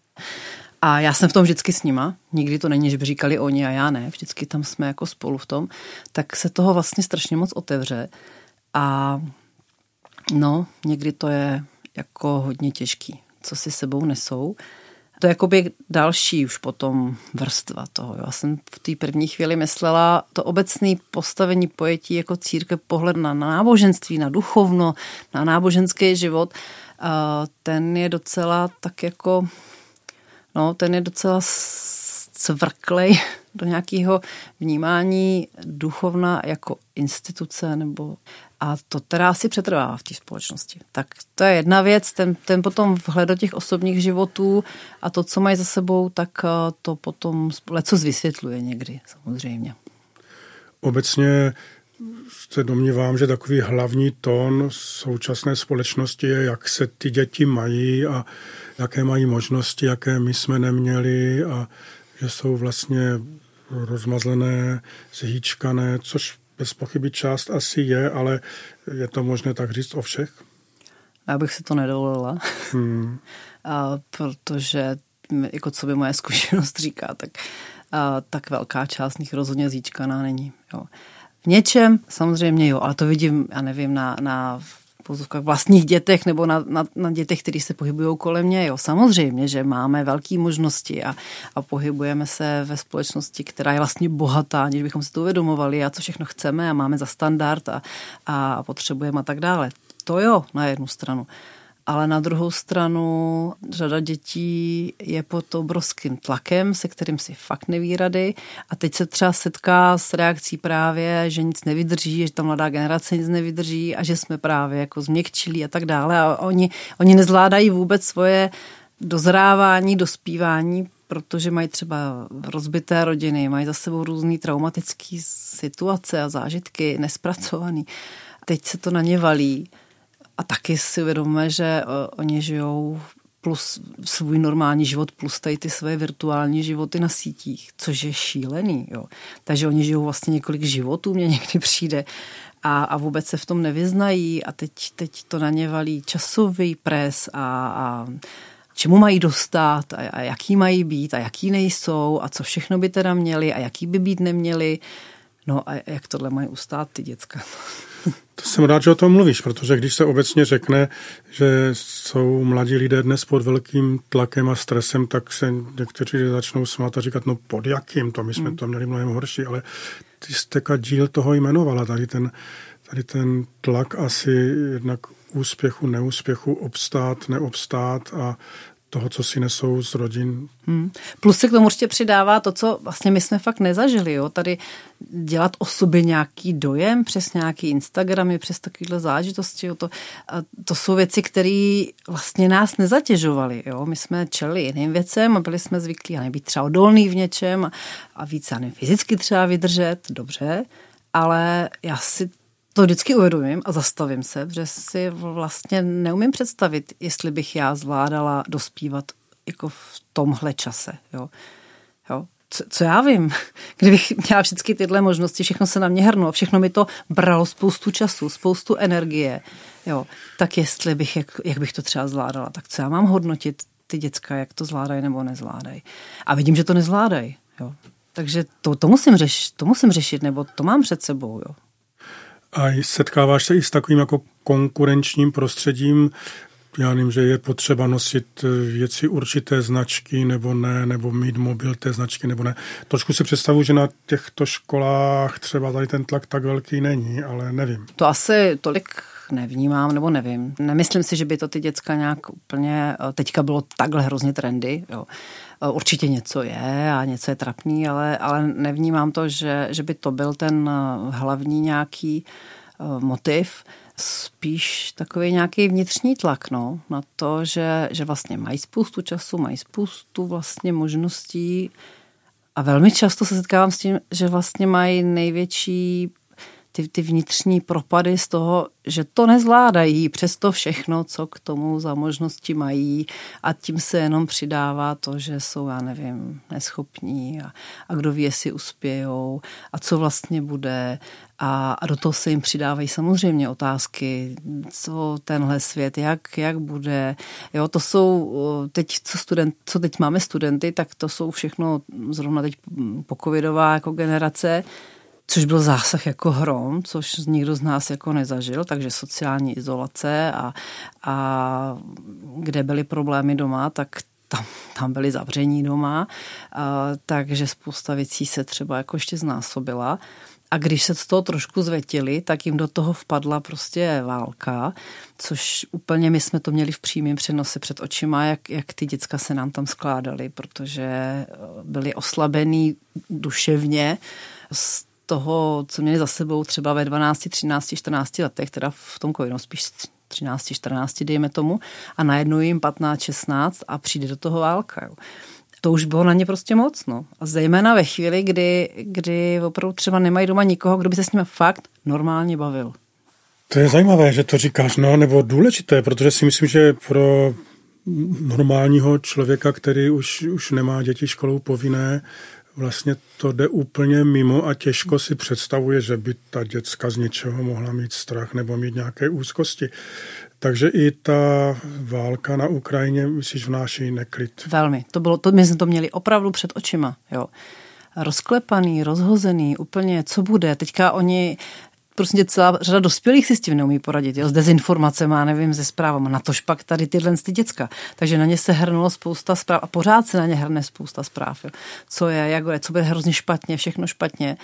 A já jsem v tom vždycky s nima, nikdy to není, že by říkali oni a já ne, vždycky tam jsme jako spolu v tom, tak se toho vlastně strašně moc otevře. A no, někdy to je jako hodně těžký, co si sebou nesou. To je jakoby další už potom vrstva toho. Já jsem v té první chvíli myslela, to obecné postavení pojetí jako církev, pohled na náboženství, na duchovno, na náboženský život, ten je docela tak jako, no, ten je docela cvrklej do nějakého vnímání duchovna jako instituce nebo a to teda asi přetrvává v té společnosti. Tak to je jedna věc, ten, ten potom vhled do těch osobních životů a to, co mají za sebou, tak to potom lecos vysvětluje někdy, samozřejmě. Obecně se domnívám, že takový hlavní tón současné společnosti je, jak se ty děti mají a jaké mají možnosti, jaké my jsme neměli a že jsou vlastně rozmazlené, zhýčkané, což bez pochyby část asi je, ale je to možné tak říct o všech? Já bych si to nedovolila, hmm. a protože jako co by moje zkušenost říká, tak, a, tak velká část z nich rozhodně zhýčkaná není. Jo. V něčem samozřejmě jo, ale to vidím, já nevím, na, na v vlastních dětech nebo na, na, na dětech, kteří se pohybují kolem mě. Jo, samozřejmě, že máme velké možnosti a, a pohybujeme se ve společnosti, která je vlastně bohatá, aniž bychom si to uvědomovali a co všechno chceme a máme za standard a, a potřebujeme a tak dále. To jo, na jednu stranu. Ale na druhou stranu řada dětí je pod obrovským tlakem, se kterým si fakt neví rady a teď se třeba setká s reakcí právě, že nic nevydrží, že ta mladá generace nic nevydrží a že jsme právě jako změkčilí a tak dále a oni, oni nezvládají vůbec svoje dozrávání, dospívání, protože mají třeba rozbité rodiny, mají za sebou různý traumatické situace a zážitky nespracovaný. Teď se to na ně valí. A taky si uvědomíme, že oni žijou plus svůj normální život, plus tady ty své virtuální životy na sítích, což je šílený. Jo. Takže oni žijou vlastně několik životů, mně někdy přijde a, a vůbec se v tom nevyznají a teď, teď to na ně valí časový pres a, a čemu mají dostat a, a jaký mají být a jaký nejsou a co všechno by teda měli a jaký by být neměli. No a jak tohle mají ustát ty děcka? To jsem rád, že o tom mluvíš, protože když se obecně řekne, že jsou mladí lidé dnes pod velkým tlakem a stresem, tak se někteří začnou smát a říkat, no pod jakým, to my jsme hmm. to měli mnohem horší, ale ty jste díl toho jmenovala, tady ten, tady ten tlak asi jednak úspěchu, neúspěchu, obstát, neobstát a toho, co si nesou z rodin. Hmm. Plus se k tomu určitě přidává to, co vlastně my jsme fakt nezažili. Jo? Tady dělat o sobě nějaký dojem přes nějaký Instagramy, přes takovéhle zážitosti. Jo? To, to jsou věci, které vlastně nás nezatěžovaly. Jo? My jsme čelili jiným věcem a byli jsme zvyklí a nebýt třeba odolný v něčem a, a víc já nevím, fyzicky třeba vydržet, dobře, ale já si to vždycky uvědomím a zastavím se, protože si vlastně neumím představit, jestli bych já zvládala dospívat jako v tomhle čase. Jo. Jo. Co, co já vím, kdybych měla všechny tyhle možnosti, všechno se na mě hrnulo, všechno mi to bralo spoustu času, spoustu energie, jo. Tak jestli bych, jak, jak bych to třeba zvládala, tak co já mám hodnotit ty děcka, jak to zvládají nebo nezvládají. A vidím, že to nezvládají. Jo. Takže to, to, musím řešit, to musím řešit, nebo to mám před sebou, jo. A setkáváš se i s takovým jako konkurenčním prostředím, já nevím, že je potřeba nosit věci určité značky nebo ne, nebo mít mobil té značky nebo ne. Trošku si představuji, že na těchto školách třeba tady ten tlak tak velký není, ale nevím. To asi tolik nevnímám, nebo nevím. Nemyslím si, že by to ty děcka nějak úplně, teďka bylo takhle hrozně trendy, jo. Určitě něco je a něco je trapný, ale, ale nevnímám to, že, že by to byl ten hlavní nějaký motiv, spíš takový nějaký vnitřní tlak, no, na to, že, že vlastně mají spoustu času, mají spoustu vlastně možností a velmi často se setkávám s tím, že vlastně mají největší ty, ty vnitřní propady z toho, že to nezvládají přes to všechno, co k tomu za možnosti mají a tím se jenom přidává to, že jsou, já nevím, neschopní a, a kdo ví, jestli uspějou a co vlastně bude a, a do toho se jim přidávají samozřejmě otázky, co tenhle svět, jak, jak bude. Jo, to jsou teď, co, student, co teď máme studenty, tak to jsou všechno zrovna teď pocovidová jako generace, což byl zásah jako hrom, což nikdo z nás jako nezažil, takže sociální izolace a, a kde byly problémy doma, tak tam, tam byly zavření doma, a, takže spousta věcí se třeba jako ještě znásobila. A když se z toho trošku zvetili, tak jim do toho vpadla prostě válka, což úplně my jsme to měli v přímém přenose před očima, jak, jak ty děcka se nám tam skládaly, protože byli oslabený duševně z toho, co měli za sebou třeba ve dvanácti, třinácti, čtrnácti letech, teda v tom covidu spíš třinácti, čtrnácti, dejme tomu, a najednou jim patnáct, šestnáct a přijde do toho válka. Jo. To už bylo na ně prostě moc, no. A zejména ve chvíli, kdy, kdy opravdu třeba nemají doma nikoho, kdo by se s nimi fakt normálně bavil. To je zajímavé, že to říkáš, no, nebo důležité, protože si myslím, že pro normálního člověka, který už, už nemá děti školou povinné, vlastně to jde úplně mimo a těžko si představuje, že by ta děcka z něčeho mohla mít strach nebo mít nějaké úzkosti. Takže i ta válka na Ukrajině, myslíš, vnáší neklid. Velmi. To bylo, to, my jsme to měli opravdu před očima. Jo. Rozklepaný, rozhozený, úplně, co bude. Teďka oni, prostě celá řada dospělých si s tím neumí poradit. Jo. S dezinformacemi, nevím, se zprávama. Natož pak tady tyhle ty děcka. Takže na ně se hrnulo spousta zpráv a pořád se na ně hrne spousta zpráv. Jo. Co je, jak je, co bude hrozně špatně, všechno špatně.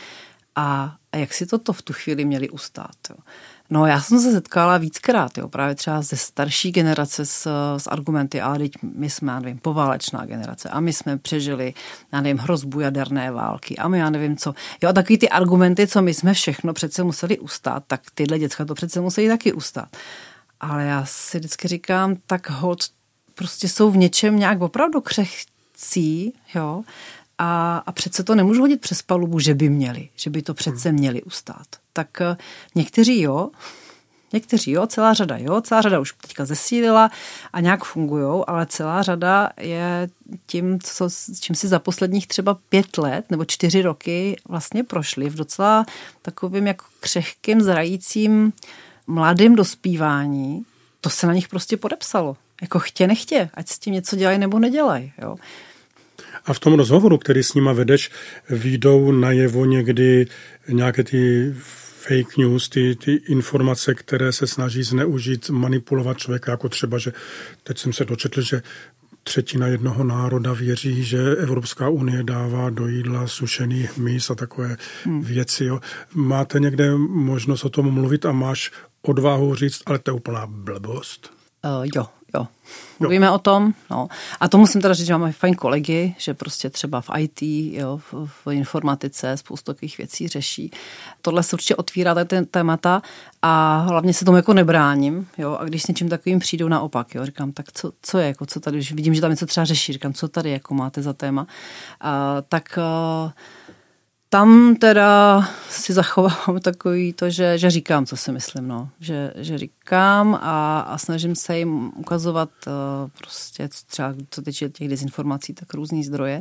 A, a jak si toto v tu chvíli měli ustát. Jo. No já jsem se setkala víckrát, jo, právě třeba ze starší generace s, s argumenty, ale teď my jsme, já nevím, poválečná generace a my jsme přežili, já nevím, hrozbu jaderné války a my já nevím co. Jo, a takový ty argumenty, co my jsme všechno přece museli ustát, tak tyhle děcka to přece museli taky ustát. Ale já si vždycky říkám, tak hold, prostě jsou v něčem nějak opravdu křehcí, jo, a, a přece to nemůžu hodit přes palubu, že by měli, že by to přece měli ustát. Tak někteří jo, někteří jo, celá řada jo, celá řada už teďka zesílila a nějak fungujou, ale celá řada je tím, co, s čím si za posledních třeba pět let nebo čtyři roky vlastně prošli v docela takovým jako křehkým, zrajícím mladým dospívání. To se na nich prostě podepsalo. Jako chtě, nechtě, ať s tím něco dělají nebo nedělají, jo. A v tom rozhovoru, který s nima vedeš, výjdou najevo někdy nějaké ty fake news, ty, ty informace, které se snaží zneužít, manipulovat člověka, jako třeba, že teď jsem se dočetl, že třetina jednoho národa věří, že Evropská unie dává do jídla sušený hmyz a takové hmm. věci. Jo. Máte někde možnost o tom mluvit a máš odvahu říct, ale to je úplná blbost? Uh, jo, jo. Mluvíme jo. o tom. No. A to musím teda říct, že máme fajn kolegy, že prostě třeba v í té, jo, v, v informatice spoustu takových věcí řeší. Tohle se určitě otvírá ty témata a hlavně se tomu jako nebráním. Jo. A když s něčím takovým přijdou naopak, jo, říkám, tak co, co je, jako, co tady, když vidím, že tam něco třeba řeší, říkám, co tady jako máte za téma. A, tak a, tam teda si zachovám takový to, že, že říkám, co si myslím, no. Že, že říkám a, a snažím se jim ukazovat uh, prostě třeba, co týče těch dezinformací, tak různý zdroje.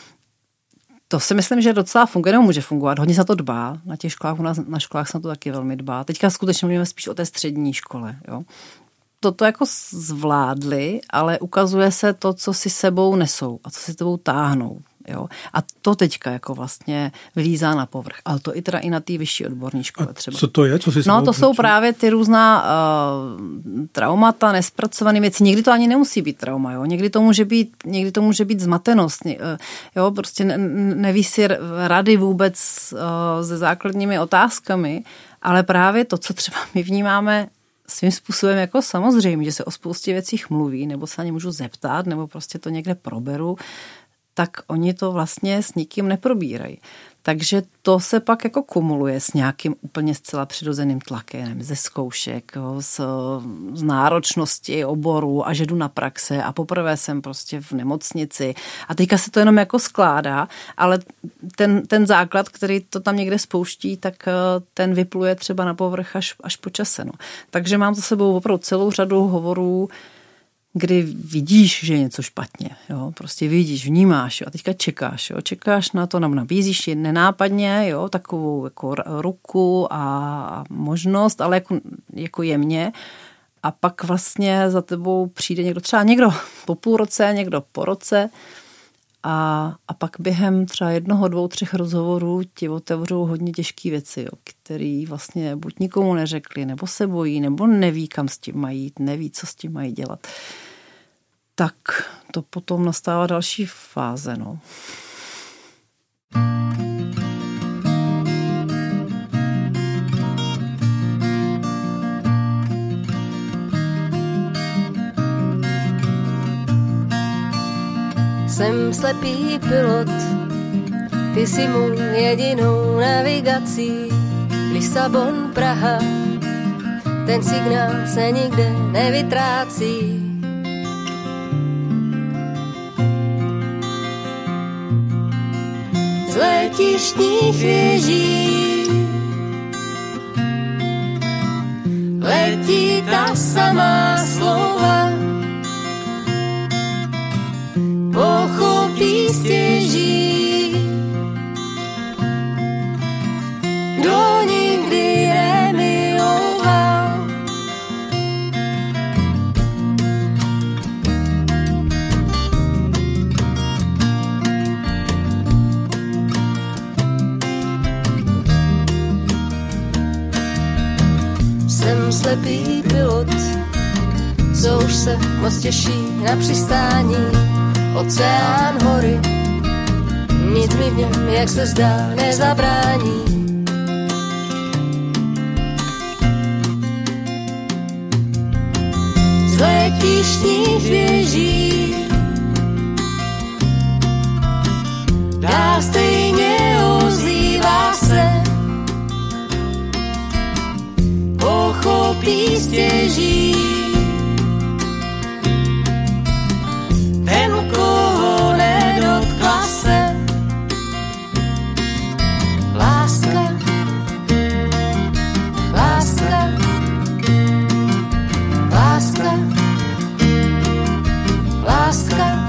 To si myslím, že docela funguje, nebo může fungovat. Hodně se to dbá. Na těch školách, u nás, na školách se na to taky velmi dbá. Teďka skutečně mluvíme spíš o té střední škole, jo. Toto jako zvládli, ale ukazuje se to, co si sebou nesou a co si sebou táhnou. Jo? A to teďka jako vlastně vylízá na povrch. Ale to i teda i na té vyšší odborné škole třeba. Co to je? Co si no to jsou právě ty různá uh, traumata, nespracované věci. Někdy to ani nemusí být trauma. Jo? Někdy to může být, někdy to může být zmatenost. Uh, jo? Prostě ne, neví si rady vůbec uh, se základními otázkami, ale právě to, co třeba my vnímáme svým způsobem jako samozřejmě, že se o spoustě věcích mluví, nebo se na ně můžu zeptat, nebo prostě to někde proberu, tak oni to vlastně s nikým neprobírají. Takže to se pak jako kumuluje s nějakým úplně zcela přirozeným tlakem, ze zkoušek, jo, z, z náročnosti oboru a že jdu na praxe a poprvé jsem prostě v nemocnici a teďka se to jenom jako skládá, ale ten, ten základ, který to tam někde spouští, tak ten vypluje třeba na povrch až, až po čase. No. Takže mám za sebou opravdu celou řadu hovorů, kdy vidíš, že je něco špatně. Jo? Prostě vidíš, vnímáš, jo? A teďka čekáš. Jo? Čekáš na to, nabízíš je nenápadně, jo? Takovou jako ruku a možnost, ale jako, jako jemně. A pak vlastně za tebou přijde někdo, třeba někdo po půl roce, někdo po roce a, a pak během třeba jednoho, dvou, třech rozhovorů ti otevřou hodně těžké věci, jo? Který vlastně buď nikomu neřekli, nebo se bojí, nebo neví, kam s tím mají jít, neví, co s tím mají dělat. Tak to potom nastává další fáze, no. Jsem slepý pilot, ty jsi mou jedinou navigací. Lisabon, Praha, ten signál se nikde nevytrácí. Z letištních věží letí ta samá slova, pochopí stěží, kdo nikdy nemiloval. Jsem slepý pilot, co už se moc těší na přistání. Oceán, hory, nic mi v něm, jak se zdá, nezabrání. Z letištních věží dál stejně ozývá se, pochopí stěží. Ten, koho nedotkla se láska, láska, láska, láska.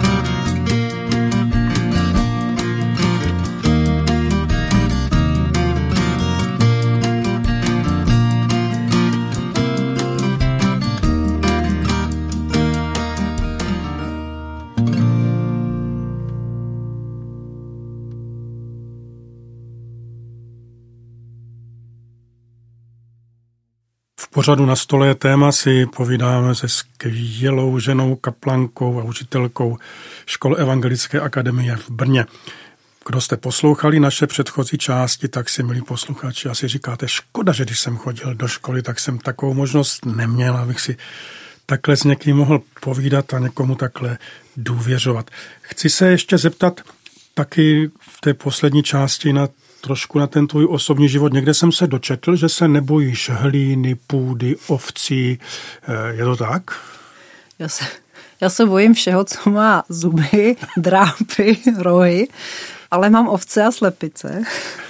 pořadu Na stole je téma si povídáme se skvělou ženou, kaplankou a učitelkou školy Evangelické akademie v Brně. Kdo jste poslouchali naše předchozí části, tak si, milí posluchači, asi říkáte, škoda, že když jsem chodil do školy, tak jsem takovou možnost neměl, abych si takhle s někým mohl povídat a někomu takhle důvěřovat. Chci se ještě zeptat taky v té poslední části na trošku na ten tvůj osobní život. Někde jsem se dočetl, že se nebojíš hlíny, půdy, ovcí. Je to tak? Já se, já se bojím všeho, co má zuby, drápy, rohy, ale mám ovce a slepice.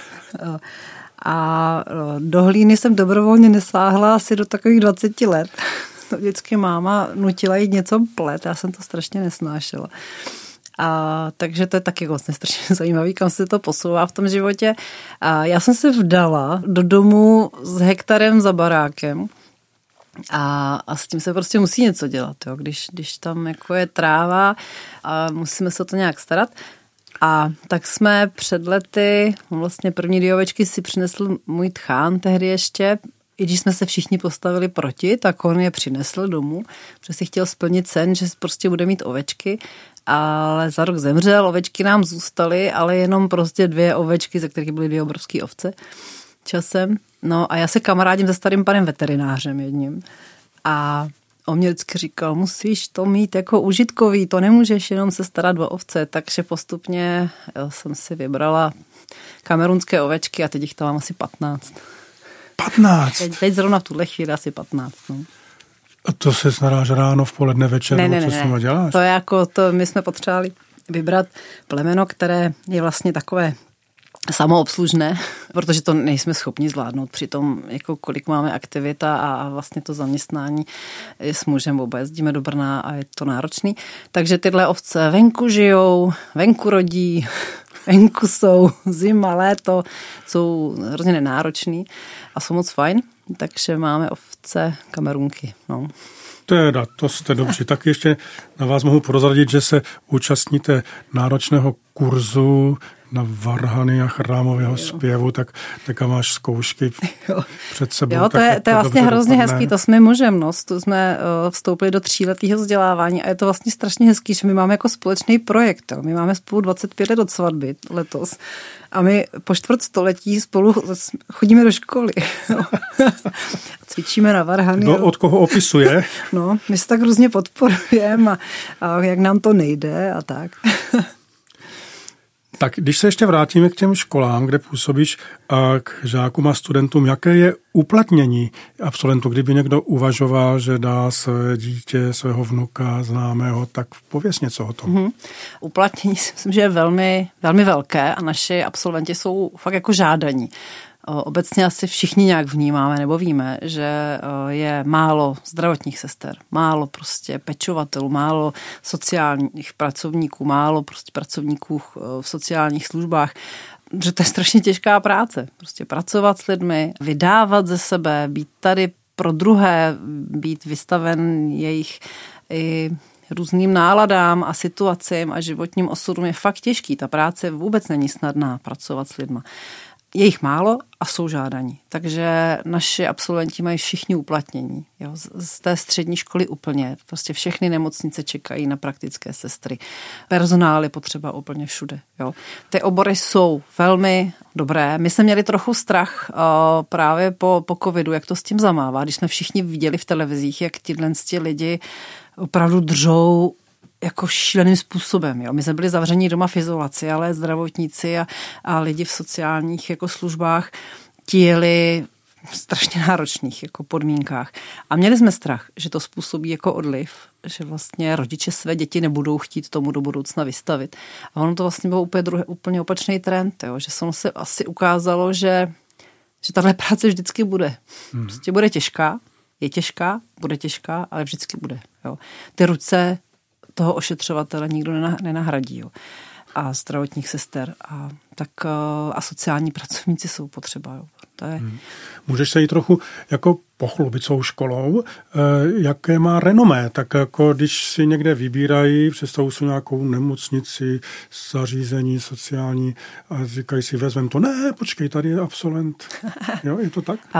A do hlíny jsem dobrovolně nesáhla asi do takových dvaceti let. Vždycky máma nutila jít něco plet, já jsem to strašně nesnášela. A, takže to je taky vlastně strašně zajímavý, kam se to posouvá v tom životě. A já jsem se vdala do domu s hektarem za barákem a, a s tím se prostě musí něco dělat, jo? Když, když tam jako je tráva a musíme se o to nějak starat. A tak jsme před lety, vlastně první dvě ovečky si přinesl můj tchán tehdy ještě, i když jsme se všichni postavili proti, tak on je přinesl domů, protože si chtěl splnit sen, že prostě bude mít ovečky, ale za rok zemřel, ovečky nám zůstaly, ale jenom prostě dvě ovečky, ze kterých byly dvě obrovské ovce časem. No a já se kamarádím se starým panem veterinářem jedním a on mě vždycky říkal, musíš to mít jako užitkový, to nemůžeš jenom se starat o ovce, takže postupně jsem si vybrala kamerunské ovečky a teď jich tam mám asi patnáct. patnáct? Teď, teď zrovna v tuhle chvíli asi patnáct. No. A to se snaráš ráno, v poledne, večer, ne, ne, co ne, s nimi děláš? To je jako, to my jsme potřebovali vybrat plemeno, které je vlastně takové samoobslužné, protože to nejsme schopni zvládnout. Přitom, jako kolik máme aktivita a vlastně to zaměstnání je s mužem, oba jezdíme do Brna a je to náročný. Takže tyhle ovce venku žijou, venku rodí, venku jsou zima, léto, jsou hrozně nenáročný a jsou moc fajn, takže máme ovce kamerunky. No. Teda, to jste dobří. Tak ještě na vás mohu prozradit, že se účastníte náročného kurzu na varhany a chrámového jo. zpěvu, tak taká máš zkoušky jo. před sebou. Jo, to je, to je vlastně hrozně dopadne. Hezký, to jsme mužem, no, tu jsme uh, vstoupili do tříletého vzdělávání a je to vlastně strašně hezký, že my máme jako společný projekt, jo. My máme spolu dvacet pět let od svatby letos a my po čtvrt století spolu chodíme do školy. Cvičíme na varhany. No, od koho opisuje? No, my se tak různě podporujeme a, a jak nám to nejde a tak. Tak když se ještě vrátíme k těm školám, kde působíš, a k žákům a studentům, jaké je uplatnění absolventů? Kdyby někdo uvažoval, že dá své dítě, svého vnuka, známého, tak pověz něco o tom. Mm-hmm. Uplatnění si myslím, že je velmi, velmi velké a naši absolventi jsou fakt jako žádaní. Obecně asi všichni nějak vnímáme nebo víme, že je málo zdravotních sester, málo prostě pečovatelů, málo sociálních pracovníků, málo prostě pracovníků v sociálních službách, že to je strašně těžká práce. Prostě pracovat s lidmi, vydávat ze sebe, být tady pro druhé, být vystaven jejich i různým náladám a situacím a životním osudům je fakt těžký. Ta práce vůbec není snadná pracovat s lidma. Je jich málo a jsou žádaní. Takže naši absolventi mají všichni uplatnění. Jo, z, z té střední školy úplně. Prostě všechny nemocnice čekají na praktické sestry. Personál je potřeba úplně všude. Jo. Ty obory jsou velmi dobré. My jsme měli trochu strach uh, právě po, po covidu, jak to s tím zamává. Když jsme všichni viděli v televizích, jak tyhle lidi opravdu držou jako šíleným způsobem. Jo. My jsme byli zavření doma v izolaci, ale zdravotníci a, a lidi v sociálních jako službách ti jeli v strašně náročných jako podmínkách. A měli jsme strach, že to způsobí jako odliv, že vlastně rodiče své děti nebudou chtít tomu do budoucna vystavit. A ono to vlastně bylo úplně, druhý, úplně opačný trend, jo. Že se se asi ukázalo, že, že tahle práce vždycky bude. Hmm. Prostě bude těžká, je těžká, bude těžká, ale vždycky bude. Jo. Ty ruce toho ošetřovatele nikdo nenahradí. Jo. A zdravotních sester a, tak, a sociální pracovníci jsou potřeba. Jo. To je... hmm. Můžeš se jí trochu jako pochlubit svou školou, jaké má renomé, tak jako když si někde vybírají, představují si nějakou nemocnici, zařízení sociální a říkají si, vezmem to, ne, počkej, tady je absolvent. Jo, je to tak? A, ne?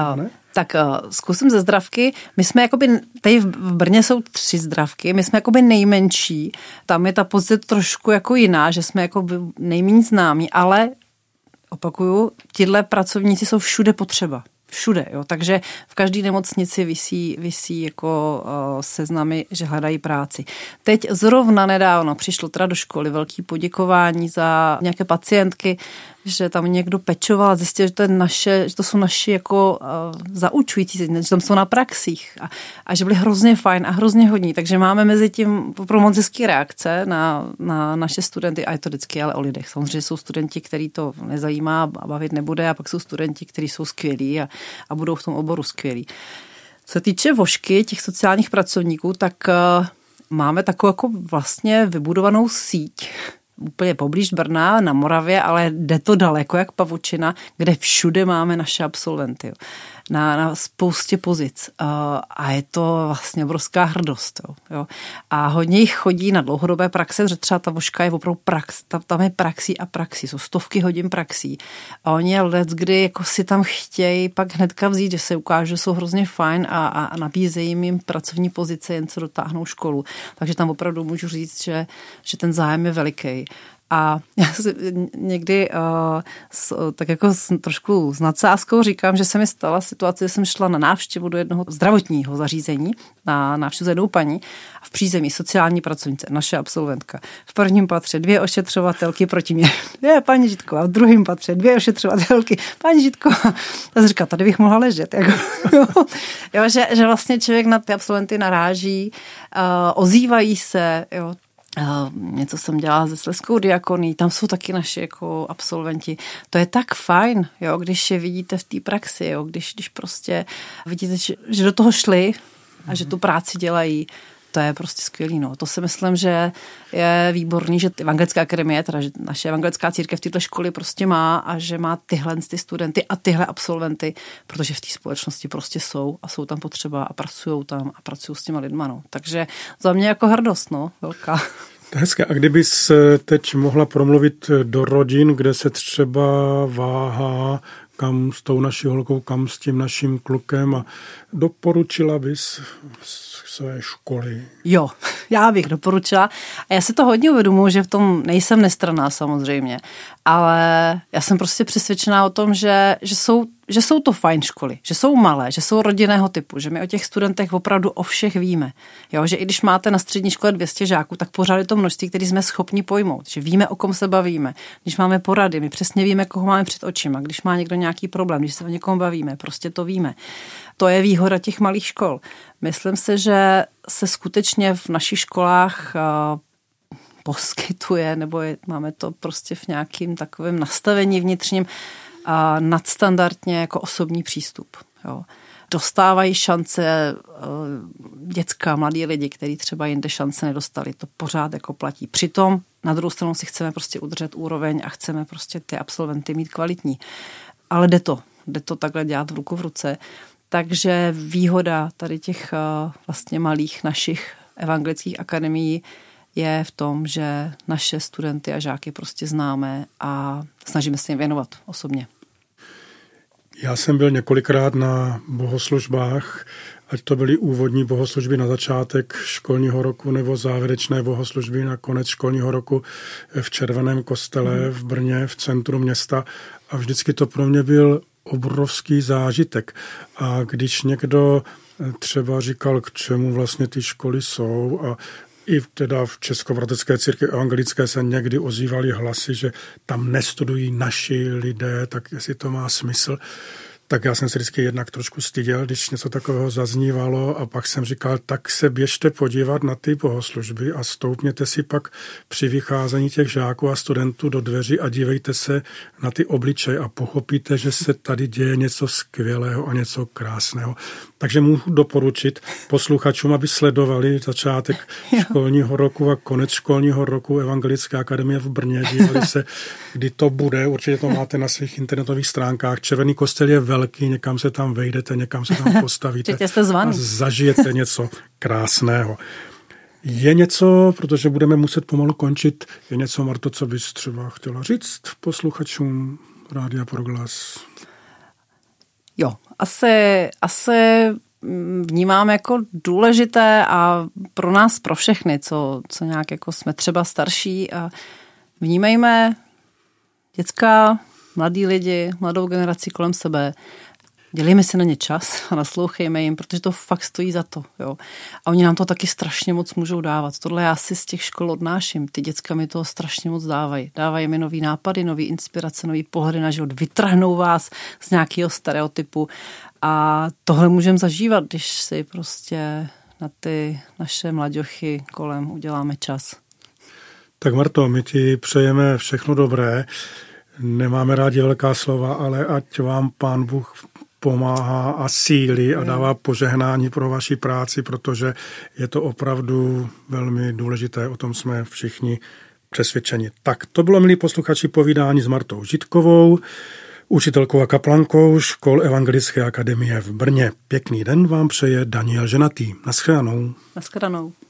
Tak uh, zkusím ze zdravky. My jsme jakoby, tady v Brně jsou tři zdravky, my jsme jakoby nejmenší, tam je ta pozice trošku jako jiná, že jsme jakoby nejméně známí, ale opakuju, tihle pracovníci jsou všude potřeba. Všude, jo. Takže v každé nemocnici visí, visí jako uh, seznamy, že hledají práci. Teď zrovna nedávno přišlo teda do školy velké poděkování za nějaké pacientky, že tam někdo pečoval a zjistil, že to, je naše, že to jsou naši jako uh, zaučující, že tam jsou na praxích a, a že byli hrozně fajn a hrozně hodní. Takže máme mezi tím pro moc hezký reakce na, na naše studenty a je to vždycky ale o lidech. Samozřejmě jsou studenti, který to nezajímá a bavit nebude a pak jsou studenti, kteří jsou skvělí a, a budou v tom oboru skvělí. Co se týče vožky těch sociálních pracovníků, tak uh, máme takovou jako vlastně vybudovanou síť úplně poblíž Brna, na Moravě, ale jde to daleko jak pavučina, kde všude máme naše absolventy. Jo. Na, na spoustě pozic. Uh, a je to vlastně obrovská hrdost. Jo. Jo. A hodně jich chodí na dlouhodobé praxe, protože třeba ta vožka je opravdu prax, tam, tam je praxí a praxí, jsou stovky hodin praxí. A oni let, kdy jako si tam chtějí pak hnedka vzít, že se ukáže, že jsou hrozně fajn a, a, a nabízejí jim pracovní pozice, jen co dotáhnou školu. Takže tam opravdu můžu říct, že, že ten zájem je veliký. A já si někdy uh, s, tak jako s, trošku s nadsázkou říkám, že se mi stala situace, že jsem šla na návštěvu do jednoho zdravotního zařízení, na návštěvu za jednou paní a v přízemí sociální pracovnice, naše absolventka. V prvním patře dvě ošetřovatelky proti mě. Je, paní Žitková. V druhém patře dvě ošetřovatelky. Paní Žitková. Já jsem říkala, tady bych mohla ležet. Jako, jo, jo, že, že vlastně člověk na ty absolventy naráží, uh, ozývají se, jo. Uh, něco jsem dělala se Slezskou diakoní, tam jsou taky naši jako absolventi. To je tak fajn, jo, když je vidíte v té praxi, jo, když, když prostě vidíte, že, že do toho šli a že tu práci dělají, to je prostě skvělý. No. To si myslím, že je výborný, že Evangelická akademie, teda že naše evangelická církev tyhle školy prostě má a že má tyhle ty studenty a tyhle absolventy, protože v té společnosti prostě jsou a jsou tam potřeba a pracují tam a pracují s těma lidma. No. Takže za mě jako hrdost, no, velká. Hezké. A kdybys teď mohla promluvit do rodin, kde se třeba váhá, kam s tou naší holkou, kam s tím naším klukem a doporučila bys své školy? Jo, já bych doporučila. A já si to hodně uvědomuji, že v tom nejsem nestranná samozřejmě, ale já jsem prostě přesvědčená o tom, že, že, jsou, že jsou to fajn školy, že jsou malé, že jsou rodinného typu, že my o těch studentech opravdu o všech víme. Jo, že i když máte na střední škole dvě stě žáků, tak pořád je to množství, které jsme schopni pojmout, že víme, o kom se bavíme. Když máme porady, my přesně víme, koho máme před očima, když má někdo nějaký problém, když se o někom bavíme, prostě to víme. To je výhoda těch malých škol. Myslím si, že se skutečně v našich školách uh, poskytuje, nebo je, máme to prostě v nějakým takovém nastavení vnitřním uh, nadstandardně jako osobní přístup. Jo. Dostávají šance uh, dětská, mladí lidi, kteří třeba jinde šance nedostali. To pořád jako platí. Přitom na druhou stranu si chceme prostě udržet úroveň a chceme prostě ty absolventy mít kvalitní. Ale jde to. Jde to takhle dělat v ruku v ruce. Takže výhoda tady těch uh, vlastně malých našich evangelických akademií je v tom, že naše studenty a žáky prostě známe a snažíme se jim věnovat osobně. Já jsem byl několikrát na bohoslužbách, ať to byly úvodní bohoslužby na začátek školního roku nebo závěrečné bohoslužby na konec školního roku v Červeném kostele v Brně, v centru města. A vždycky to pro mě byl obrovský zážitek. A když někdo třeba říkal, k čemu vlastně ty školy jsou, a i teda v Českovratecké církvi evangelické se někdy ozývaly hlasy, že tam nestudují naši lidé, tak jestli to má smysl, tak já jsem se vždycky jednak trošku styděl, když něco takového zaznívalo, a pak jsem říkal, tak se běžte podívat na ty bohoslužby a stoupněte si pak při vycházení těch žáků a studentů do dveří a dívejte se na ty obličeje a pochopíte, že se tady děje něco skvělého a něco krásného. Takže můžu doporučit posluchačům, aby sledovali začátek školního roku a konec školního roku Evangelické akademie v Brně. Dívali se, kdy to bude. Určitě to máte na svých internetových stránkách. Červený kostel je velký, někam se tam vejdete, někam se tam postavíte a zažijete něco krásného. Je něco, protože budeme muset pomalu končit, je něco, Marto, co bys třeba chtěla říct posluchačům Rádia Proglas? Jo, asi, asi vnímám jako důležité a pro nás, pro všechny, co, co nějak jako jsme třeba starší a vnímejme děcka, mladí lidi, mladou generaci kolem sebe, dělejme si na ně čas a naslouchejme jim, protože to fakt stojí za to. Jo. A oni nám to taky strašně moc můžou dávat. Tohle já si z těch škol odnáším. Ty děcka mi toho strašně moc dávají. Dávají mi nový nápady, nový inspirace, nový pohledy na život. Vytrhnou vás z nějakého stereotypu. A tohle můžeme zažívat, když si prostě na ty naše mlaďochy kolem uděláme čas. Tak Marto, my ti přejeme všechno dobré. Nemáme rádi velká slova, ale ať vám Pán Bůh pomáhá a sílí a dává požehnání pro vaši práci, protože je to opravdu velmi důležité, o tom jsme všichni přesvědčeni. Tak to bylo, milí posluchači, povídání s Martou Žitkovou, učitelkou a kaplankou škol Evangelické akademie v Brně. Pěkný den vám přeje Daniel Ženatý. Naschledanou. Naschledanou.